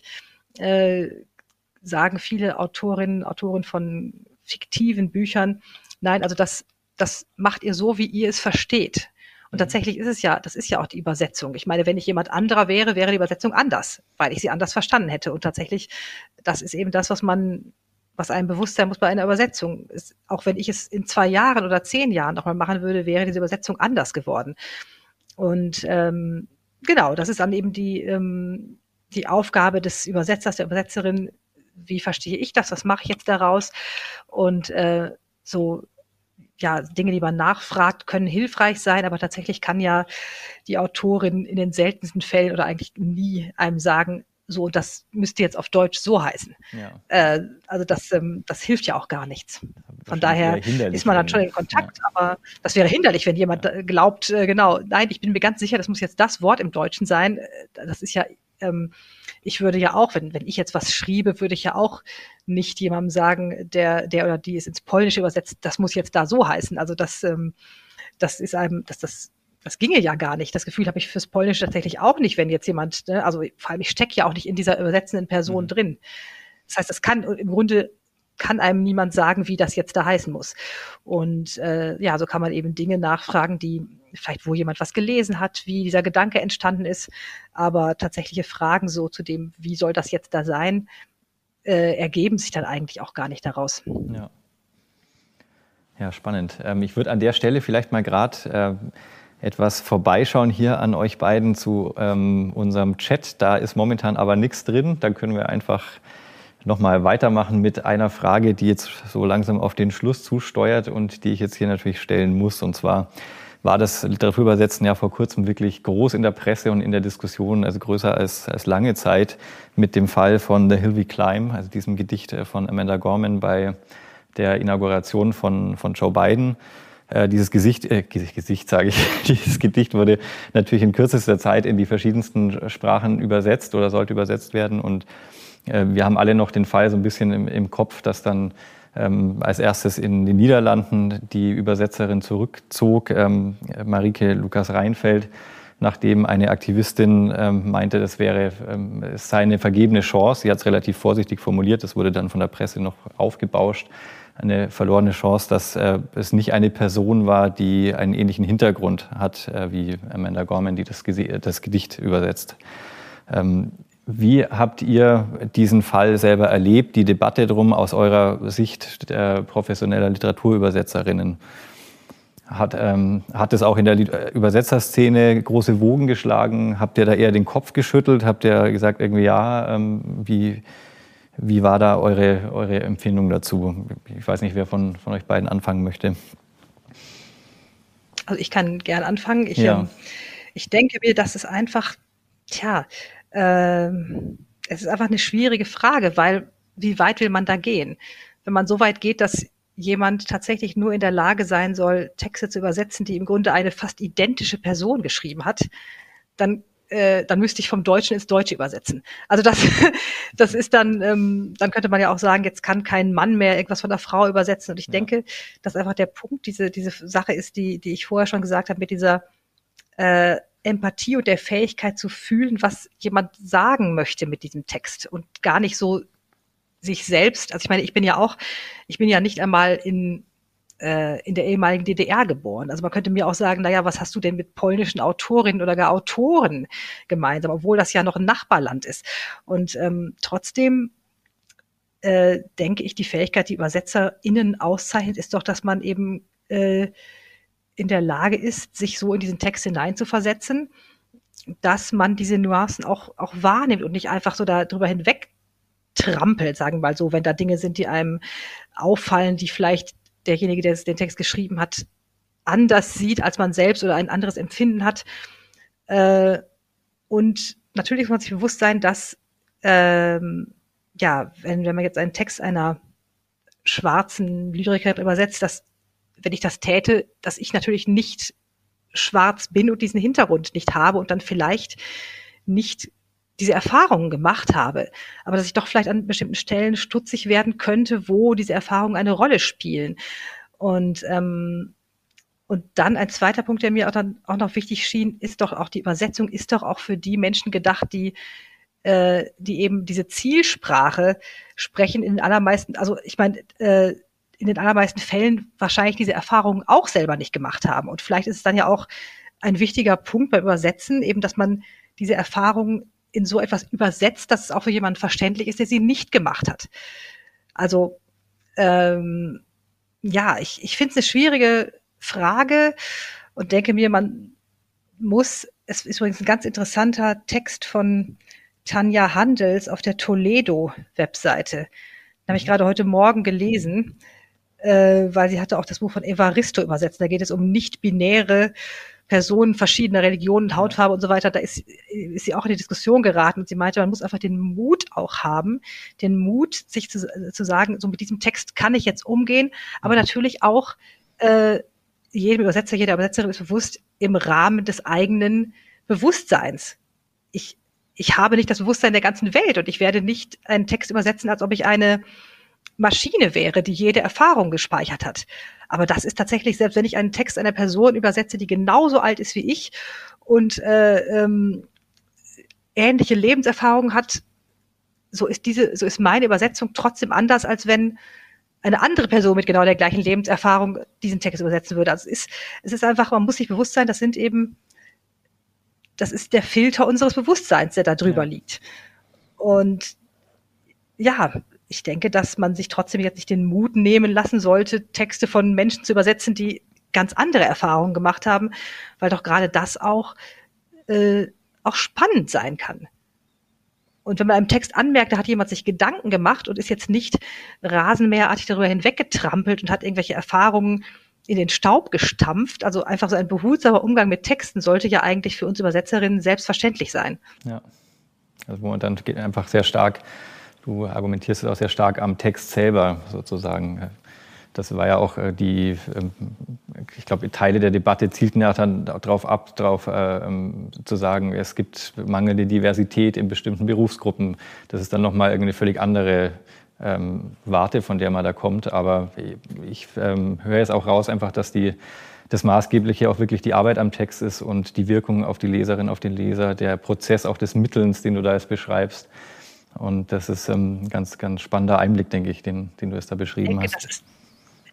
sagen viele Autorinnen, Autoren von fiktiven Büchern, nein, also das macht ihr so, wie ihr es versteht. Und tatsächlich das ist ja auch die Übersetzung. Ich meine, wenn ich jemand anderer wäre die Übersetzung anders, weil ich sie anders verstanden hätte. Und tatsächlich, das ist eben das, was einem bewusst sein muss bei einer Übersetzung. Auch wenn ich es in 2 Jahren oder 10 Jahren nochmal machen würde, wäre diese Übersetzung anders geworden. Und genau, das ist dann eben die Aufgabe des Übersetzers, der Übersetzerin. Wie verstehe ich das? Was mache ich jetzt daraus? Und Dinge, die man nachfragt, können hilfreich sein, aber tatsächlich kann ja die Autorin in den seltensten Fällen oder eigentlich nie einem sagen, so, das müsste jetzt auf Deutsch so heißen. Ja. Also das hilft ja auch gar nichts. Von daher ist man dann schon in Kontakt, aber das wäre hinderlich, wenn jemand glaubt, nein, ich bin mir ganz sicher, das muss jetzt das Wort im Deutschen sein. Das ist ja, ich würde ja auch, wenn ich jetzt was schriebe, würde ich ja auch nicht jemandem sagen, der oder die es ins Polnische übersetzt, das muss jetzt da so heißen. Also das ist einem, das ginge ja gar nicht. Das Gefühl habe ich fürs Polnische tatsächlich auch nicht, wenn jetzt jemand, also vor allem ich stecke ja auch nicht in dieser übersetzenden Person drin. Das heißt, im Grunde kann einem niemand sagen, wie das jetzt da heißen muss. Und so kann man eben Dinge nachfragen, wo jemand was gelesen hat, wie dieser Gedanke entstanden ist. Aber tatsächliche Fragen so zu dem, wie soll das jetzt da sein, ergeben sich dann eigentlich auch gar nicht daraus. Ja, spannend. Ich würde an der Stelle vielleicht mal gerade etwas vorbeischauen hier an euch beiden zu unserem Chat. Da ist momentan aber nichts drin. Dann können wir einfach nochmal weitermachen mit einer Frage, die jetzt so langsam auf den Schluss zusteuert und die ich jetzt hier natürlich stellen muss. Und zwar war das Literaturübersetzen ja vor kurzem wirklich groß in der Presse und in der Diskussion, also größer als lange Zeit, mit dem Fall von The Hill We Climb, also diesem Gedicht von Amanda Gorman bei der Inauguration von Joe Biden. Dieses Gedicht wurde natürlich in kürzester Zeit in die verschiedensten Sprachen übersetzt oder sollte übersetzt werden. Und wir haben alle noch den Fall so ein bisschen im Kopf, dass dann als erstes in den Niederlanden die Übersetzerin zurückzog, Marieke Lucas-Reinfeldt, nachdem eine Aktivistin meinte, es sei eine vergebene Chance. Sie hat es relativ vorsichtig formuliert, das wurde dann von der Presse noch aufgebauscht. eine verlorene Chance, dass es nicht eine Person war, die einen ähnlichen Hintergrund hat wie Amanda Gorman, die das Gedicht übersetzt. Wie habt ihr diesen Fall selber erlebt, die Debatte drum aus eurer Sicht der professioneller Literaturübersetzerinnen? Hat es auch in der Übersetzerszene große Wogen geschlagen? Habt ihr da eher den Kopf geschüttelt? Habt ihr gesagt, irgendwie ja, wie war da eure Empfindung dazu? Ich weiß nicht, wer von euch beiden anfangen möchte. Also ich kann gern anfangen. Ich denke mir, dass es einfach, es ist einfach eine schwierige Frage, weil wie weit will man da gehen? Wenn man so weit geht, dass jemand tatsächlich nur in der Lage sein soll, Texte zu übersetzen, die im Grunde eine fast identische Person geschrieben hat, dann müsste ich vom Deutschen ins Deutsche übersetzen. Also das ist dann könnte man ja auch sagen, jetzt kann kein Mann mehr irgendwas von der Frau übersetzen. Und ich denke, dass einfach der Punkt, diese Sache ist, die ich vorher schon gesagt habe, mit dieser Empathie und der Fähigkeit zu fühlen, was jemand sagen möchte mit diesem Text und gar nicht so sich selbst. Also ich meine, ich bin ja nicht einmal in der ehemaligen DDR geboren. Also man könnte mir auch sagen, naja, was hast du denn mit polnischen Autorinnen oder gar Autoren gemeinsam, obwohl das ja noch ein Nachbarland ist. Und trotzdem denke ich, die Fähigkeit, die ÜbersetzerInnen auszeichnet, ist doch, dass man eben in der Lage ist, sich so in diesen Text hineinzuversetzen, dass man diese Nuancen auch wahrnimmt und nicht einfach so darüber hinweg trampelt, sagen wir mal so, wenn da Dinge sind, die einem auffallen, die vielleicht derjenige, der den Text geschrieben hat, anders sieht, als man selbst oder ein anderes Empfinden hat. Und natürlich muss man sich bewusst sein, dass wenn man jetzt einen Text einer schwarzen Lyrikerin übersetzt, dass, wenn ich das täte, dass ich natürlich nicht schwarz bin und diesen Hintergrund nicht habe und dann vielleicht nicht diese Erfahrungen gemacht habe, aber dass ich doch vielleicht an bestimmten Stellen stutzig werden könnte, wo diese Erfahrungen eine Rolle spielen. Und dann ein zweiter Punkt, der mir auch noch wichtig schien, ist doch auch die Übersetzung ist doch auch für die Menschen gedacht, die eben diese Zielsprache sprechen in den allermeisten, also ich meine, in den allermeisten Fällen wahrscheinlich diese Erfahrungen auch selber nicht gemacht haben. Und vielleicht ist es dann ja auch ein wichtiger Punkt beim Übersetzen, eben, dass man diese Erfahrungen in so etwas übersetzt, dass es auch für jemanden verständlich ist, der sie nicht gemacht hat. Also ich finde es eine schwierige Frage und denke mir, es ist übrigens ein ganz interessanter Text von Tanja Handels auf der Toledo-Webseite. Den habe ich gerade heute Morgen gelesen, weil sie hatte auch das Buch von Evaristo übersetzt. Da geht es um nicht-binäre Personen verschiedener Religionen, Hautfarbe und so weiter. Da ist sie auch in die Diskussion geraten und sie meinte, man muss einfach den Mut auch haben, sich zu sagen, so mit diesem Text kann ich jetzt umgehen, aber natürlich auch jedem Übersetzer, jeder Übersetzerin ist bewusst im Rahmen des eigenen Bewusstseins. Ich habe nicht das Bewusstsein der ganzen Welt und ich werde nicht einen Text übersetzen, als ob ich eine Maschine wäre, die jede Erfahrung gespeichert hat. Aber das ist tatsächlich, selbst wenn ich einen Text einer Person übersetze, die genauso alt ist wie ich und ähnliche Lebenserfahrungen hat, so ist meine Übersetzung trotzdem anders, als wenn eine andere Person mit genau der gleichen Lebenserfahrung diesen Text übersetzen würde. Also es ist einfach, man muss sich bewusst sein, das ist der Filter unseres Bewusstseins, der da drüber liegt. Und ja, ich denke, dass man sich trotzdem jetzt nicht den Mut nehmen lassen sollte, Texte von Menschen zu übersetzen, die ganz andere Erfahrungen gemacht haben, weil doch gerade das auch spannend sein kann. Und wenn man einem Text anmerkt, da hat jemand sich Gedanken gemacht und ist jetzt nicht rasenmäherartig darüber hinweggetrampelt und hat irgendwelche Erfahrungen in den Staub gestampft. Also einfach so ein behutsamer Umgang mit Texten sollte ja eigentlich für uns Übersetzerinnen selbstverständlich sein. Ja, also wo man dann geht einfach sehr stark, du argumentierst es auch sehr stark am Text selber sozusagen. Das war ja auch ich glaube, Teile der Debatte zielten ja dann darauf ab, zu sagen, es gibt mangelnde Diversität in bestimmten Berufsgruppen. Das ist dann nochmal irgendeine völlig andere Warte, von der man da kommt. Aber ich höre jetzt auch raus, einfach, dass das Maßgebliche auch wirklich die Arbeit am Text ist und die Wirkung auf die Leserin, auf den Leser, der Prozess auch des Mittelns, den du da jetzt beschreibst. Und das ist ein ganz, ganz spannender Einblick, denke ich, den du jetzt da beschrieben hast.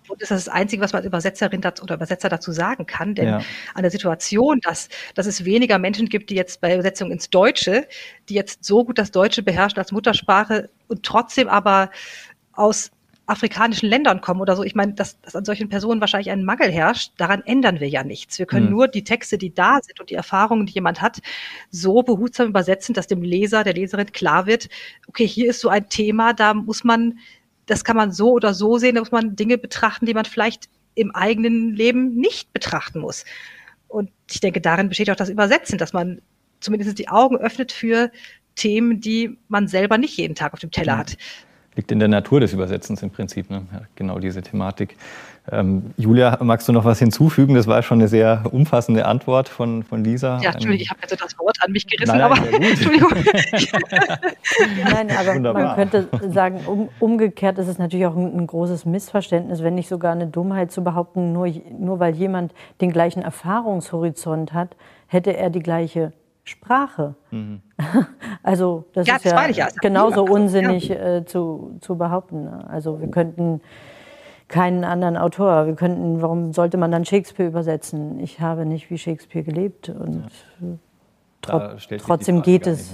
Und das ist das Einzige, was man als Übersetzerin oder Übersetzer dazu sagen kann. Denn an der Situation, dass es weniger Menschen gibt, die jetzt bei Übersetzung ins Deutsche, die jetzt so gut das Deutsche beherrschen als Muttersprache und trotzdem aber aus afrikanischen Ländern kommen oder so. Ich meine, dass an solchen Personen wahrscheinlich ein Mangel herrscht, daran ändern wir ja nichts. Wir können nur die Texte, die da sind und die Erfahrungen, die jemand hat, so behutsam übersetzen, dass dem Leser, der Leserin klar wird, okay, hier ist so ein Thema, das kann man so oder so sehen, da muss man Dinge betrachten, die man vielleicht im eigenen Leben nicht betrachten muss. Und ich denke, darin besteht auch das Übersetzen, dass man zumindest die Augen öffnet für Themen, die man selber nicht jeden Tag auf dem Teller hat. Liegt in der Natur des Übersetzens im Prinzip, ne? Ja, genau diese Thematik. Julia, magst du noch was hinzufügen? Das war schon eine sehr umfassende Antwort von Lisa. Ja, Entschuldigung, ich habe jetzt das Wort an mich gerissen, Nein, aber Entschuldigung. Nein, aber Wunderbar. Man könnte sagen, umgekehrt ist es natürlich auch ein großes Missverständnis, wenn nicht sogar eine Dummheit zu behaupten, nur weil jemand den gleichen Erfahrungshorizont hat, hätte er die gleiche Sprache. Also das ist ja genauso unsinnig zu behaupten. Also wir könnten keinen anderen Autor, warum sollte man dann Shakespeare übersetzen? Ich habe nicht wie Shakespeare gelebt und trotzdem geht es.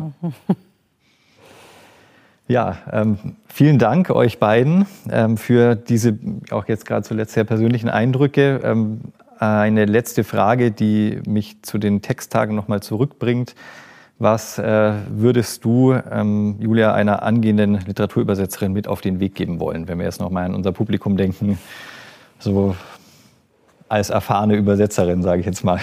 Ja, vielen Dank euch beiden für diese auch jetzt gerade zuletzt sehr persönlichen Eindrücke. Eine letzte Frage, die mich zu den Texttagen nochmal zurückbringt. Was würdest du, Julia, einer angehenden Literaturübersetzerin mit auf den Weg geben wollen, wenn wir jetzt nochmal an unser Publikum denken, so als erfahrene Übersetzerin, sage ich jetzt mal?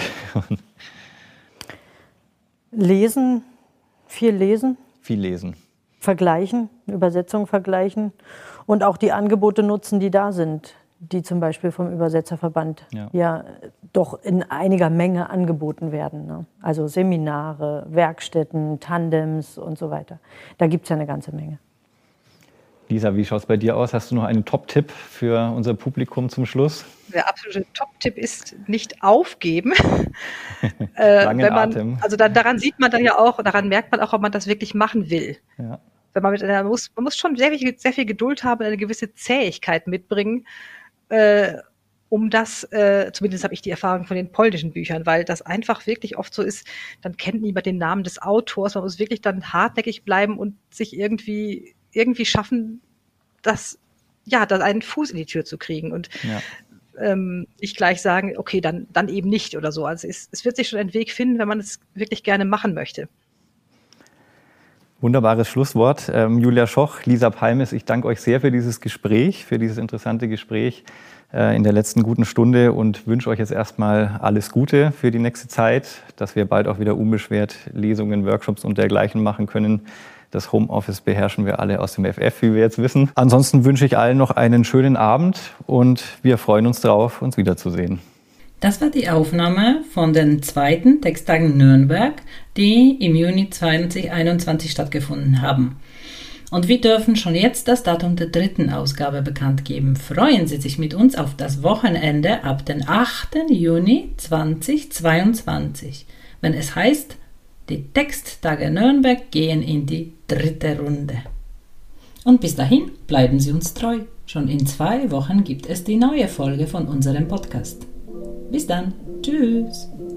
Lesen, viel lesen. Viel lesen. Vergleichen, Übersetzung vergleichen und auch die Angebote nutzen, die da sind, die zum Beispiel vom Übersetzerverband ja doch in einiger Menge angeboten werden. Ne? Also Seminare, Werkstätten, Tandems und so weiter. Da gibt es ja eine ganze Menge. Lisa, wie schaut es bei dir aus? Hast du noch einen Top-Tipp für unser Publikum zum Schluss? Der absolute Top-Tipp ist, nicht aufgeben. Atem. Also daran sieht man dann ja auch, daran merkt man auch, ob man das wirklich machen will. Ja. Wenn man muss schon sehr viel Geduld haben, eine gewisse Zähigkeit mitbringen, um das, zumindest habe ich die Erfahrung von den polnischen Büchern, weil das einfach wirklich oft so ist, dann kennt niemand den Namen des Autors, man muss wirklich dann hartnäckig bleiben und sich irgendwie schaffen, da einen Fuß in die Tür zu kriegen und nicht gleich sagen, okay, dann eben nicht oder so. Also es wird sich schon einen Weg finden, wenn man es wirklich gerne machen möchte. Wunderbares Schlusswort. Julia Schoch, Lisa Palmes, ich danke euch sehr für dieses Gespräch, für dieses interessante Gespräch in der letzten guten Stunde und wünsche euch jetzt erstmal alles Gute für die nächste Zeit, dass wir bald auch wieder unbeschwert Lesungen, Workshops und dergleichen machen können. Das Homeoffice beherrschen wir alle aus dem FF, wie wir jetzt wissen. Ansonsten wünsche ich allen noch einen schönen Abend und wir freuen uns drauf, uns wiederzusehen. Das war die Aufnahme von den zweiten Texttagen Nürnberg, die im Juni 2021 stattgefunden haben. Und wir dürfen schon jetzt das Datum der dritten Ausgabe bekannt geben. Freuen Sie sich mit uns auf das Wochenende ab den 8. Juni 2022, wenn es heißt, die Texttage Nürnberg gehen in die dritte Runde. Und bis dahin bleiben Sie uns treu. Schon in 2 Wochen gibt es die neue Folge von unserem Podcast. Bis dann. Tschüss.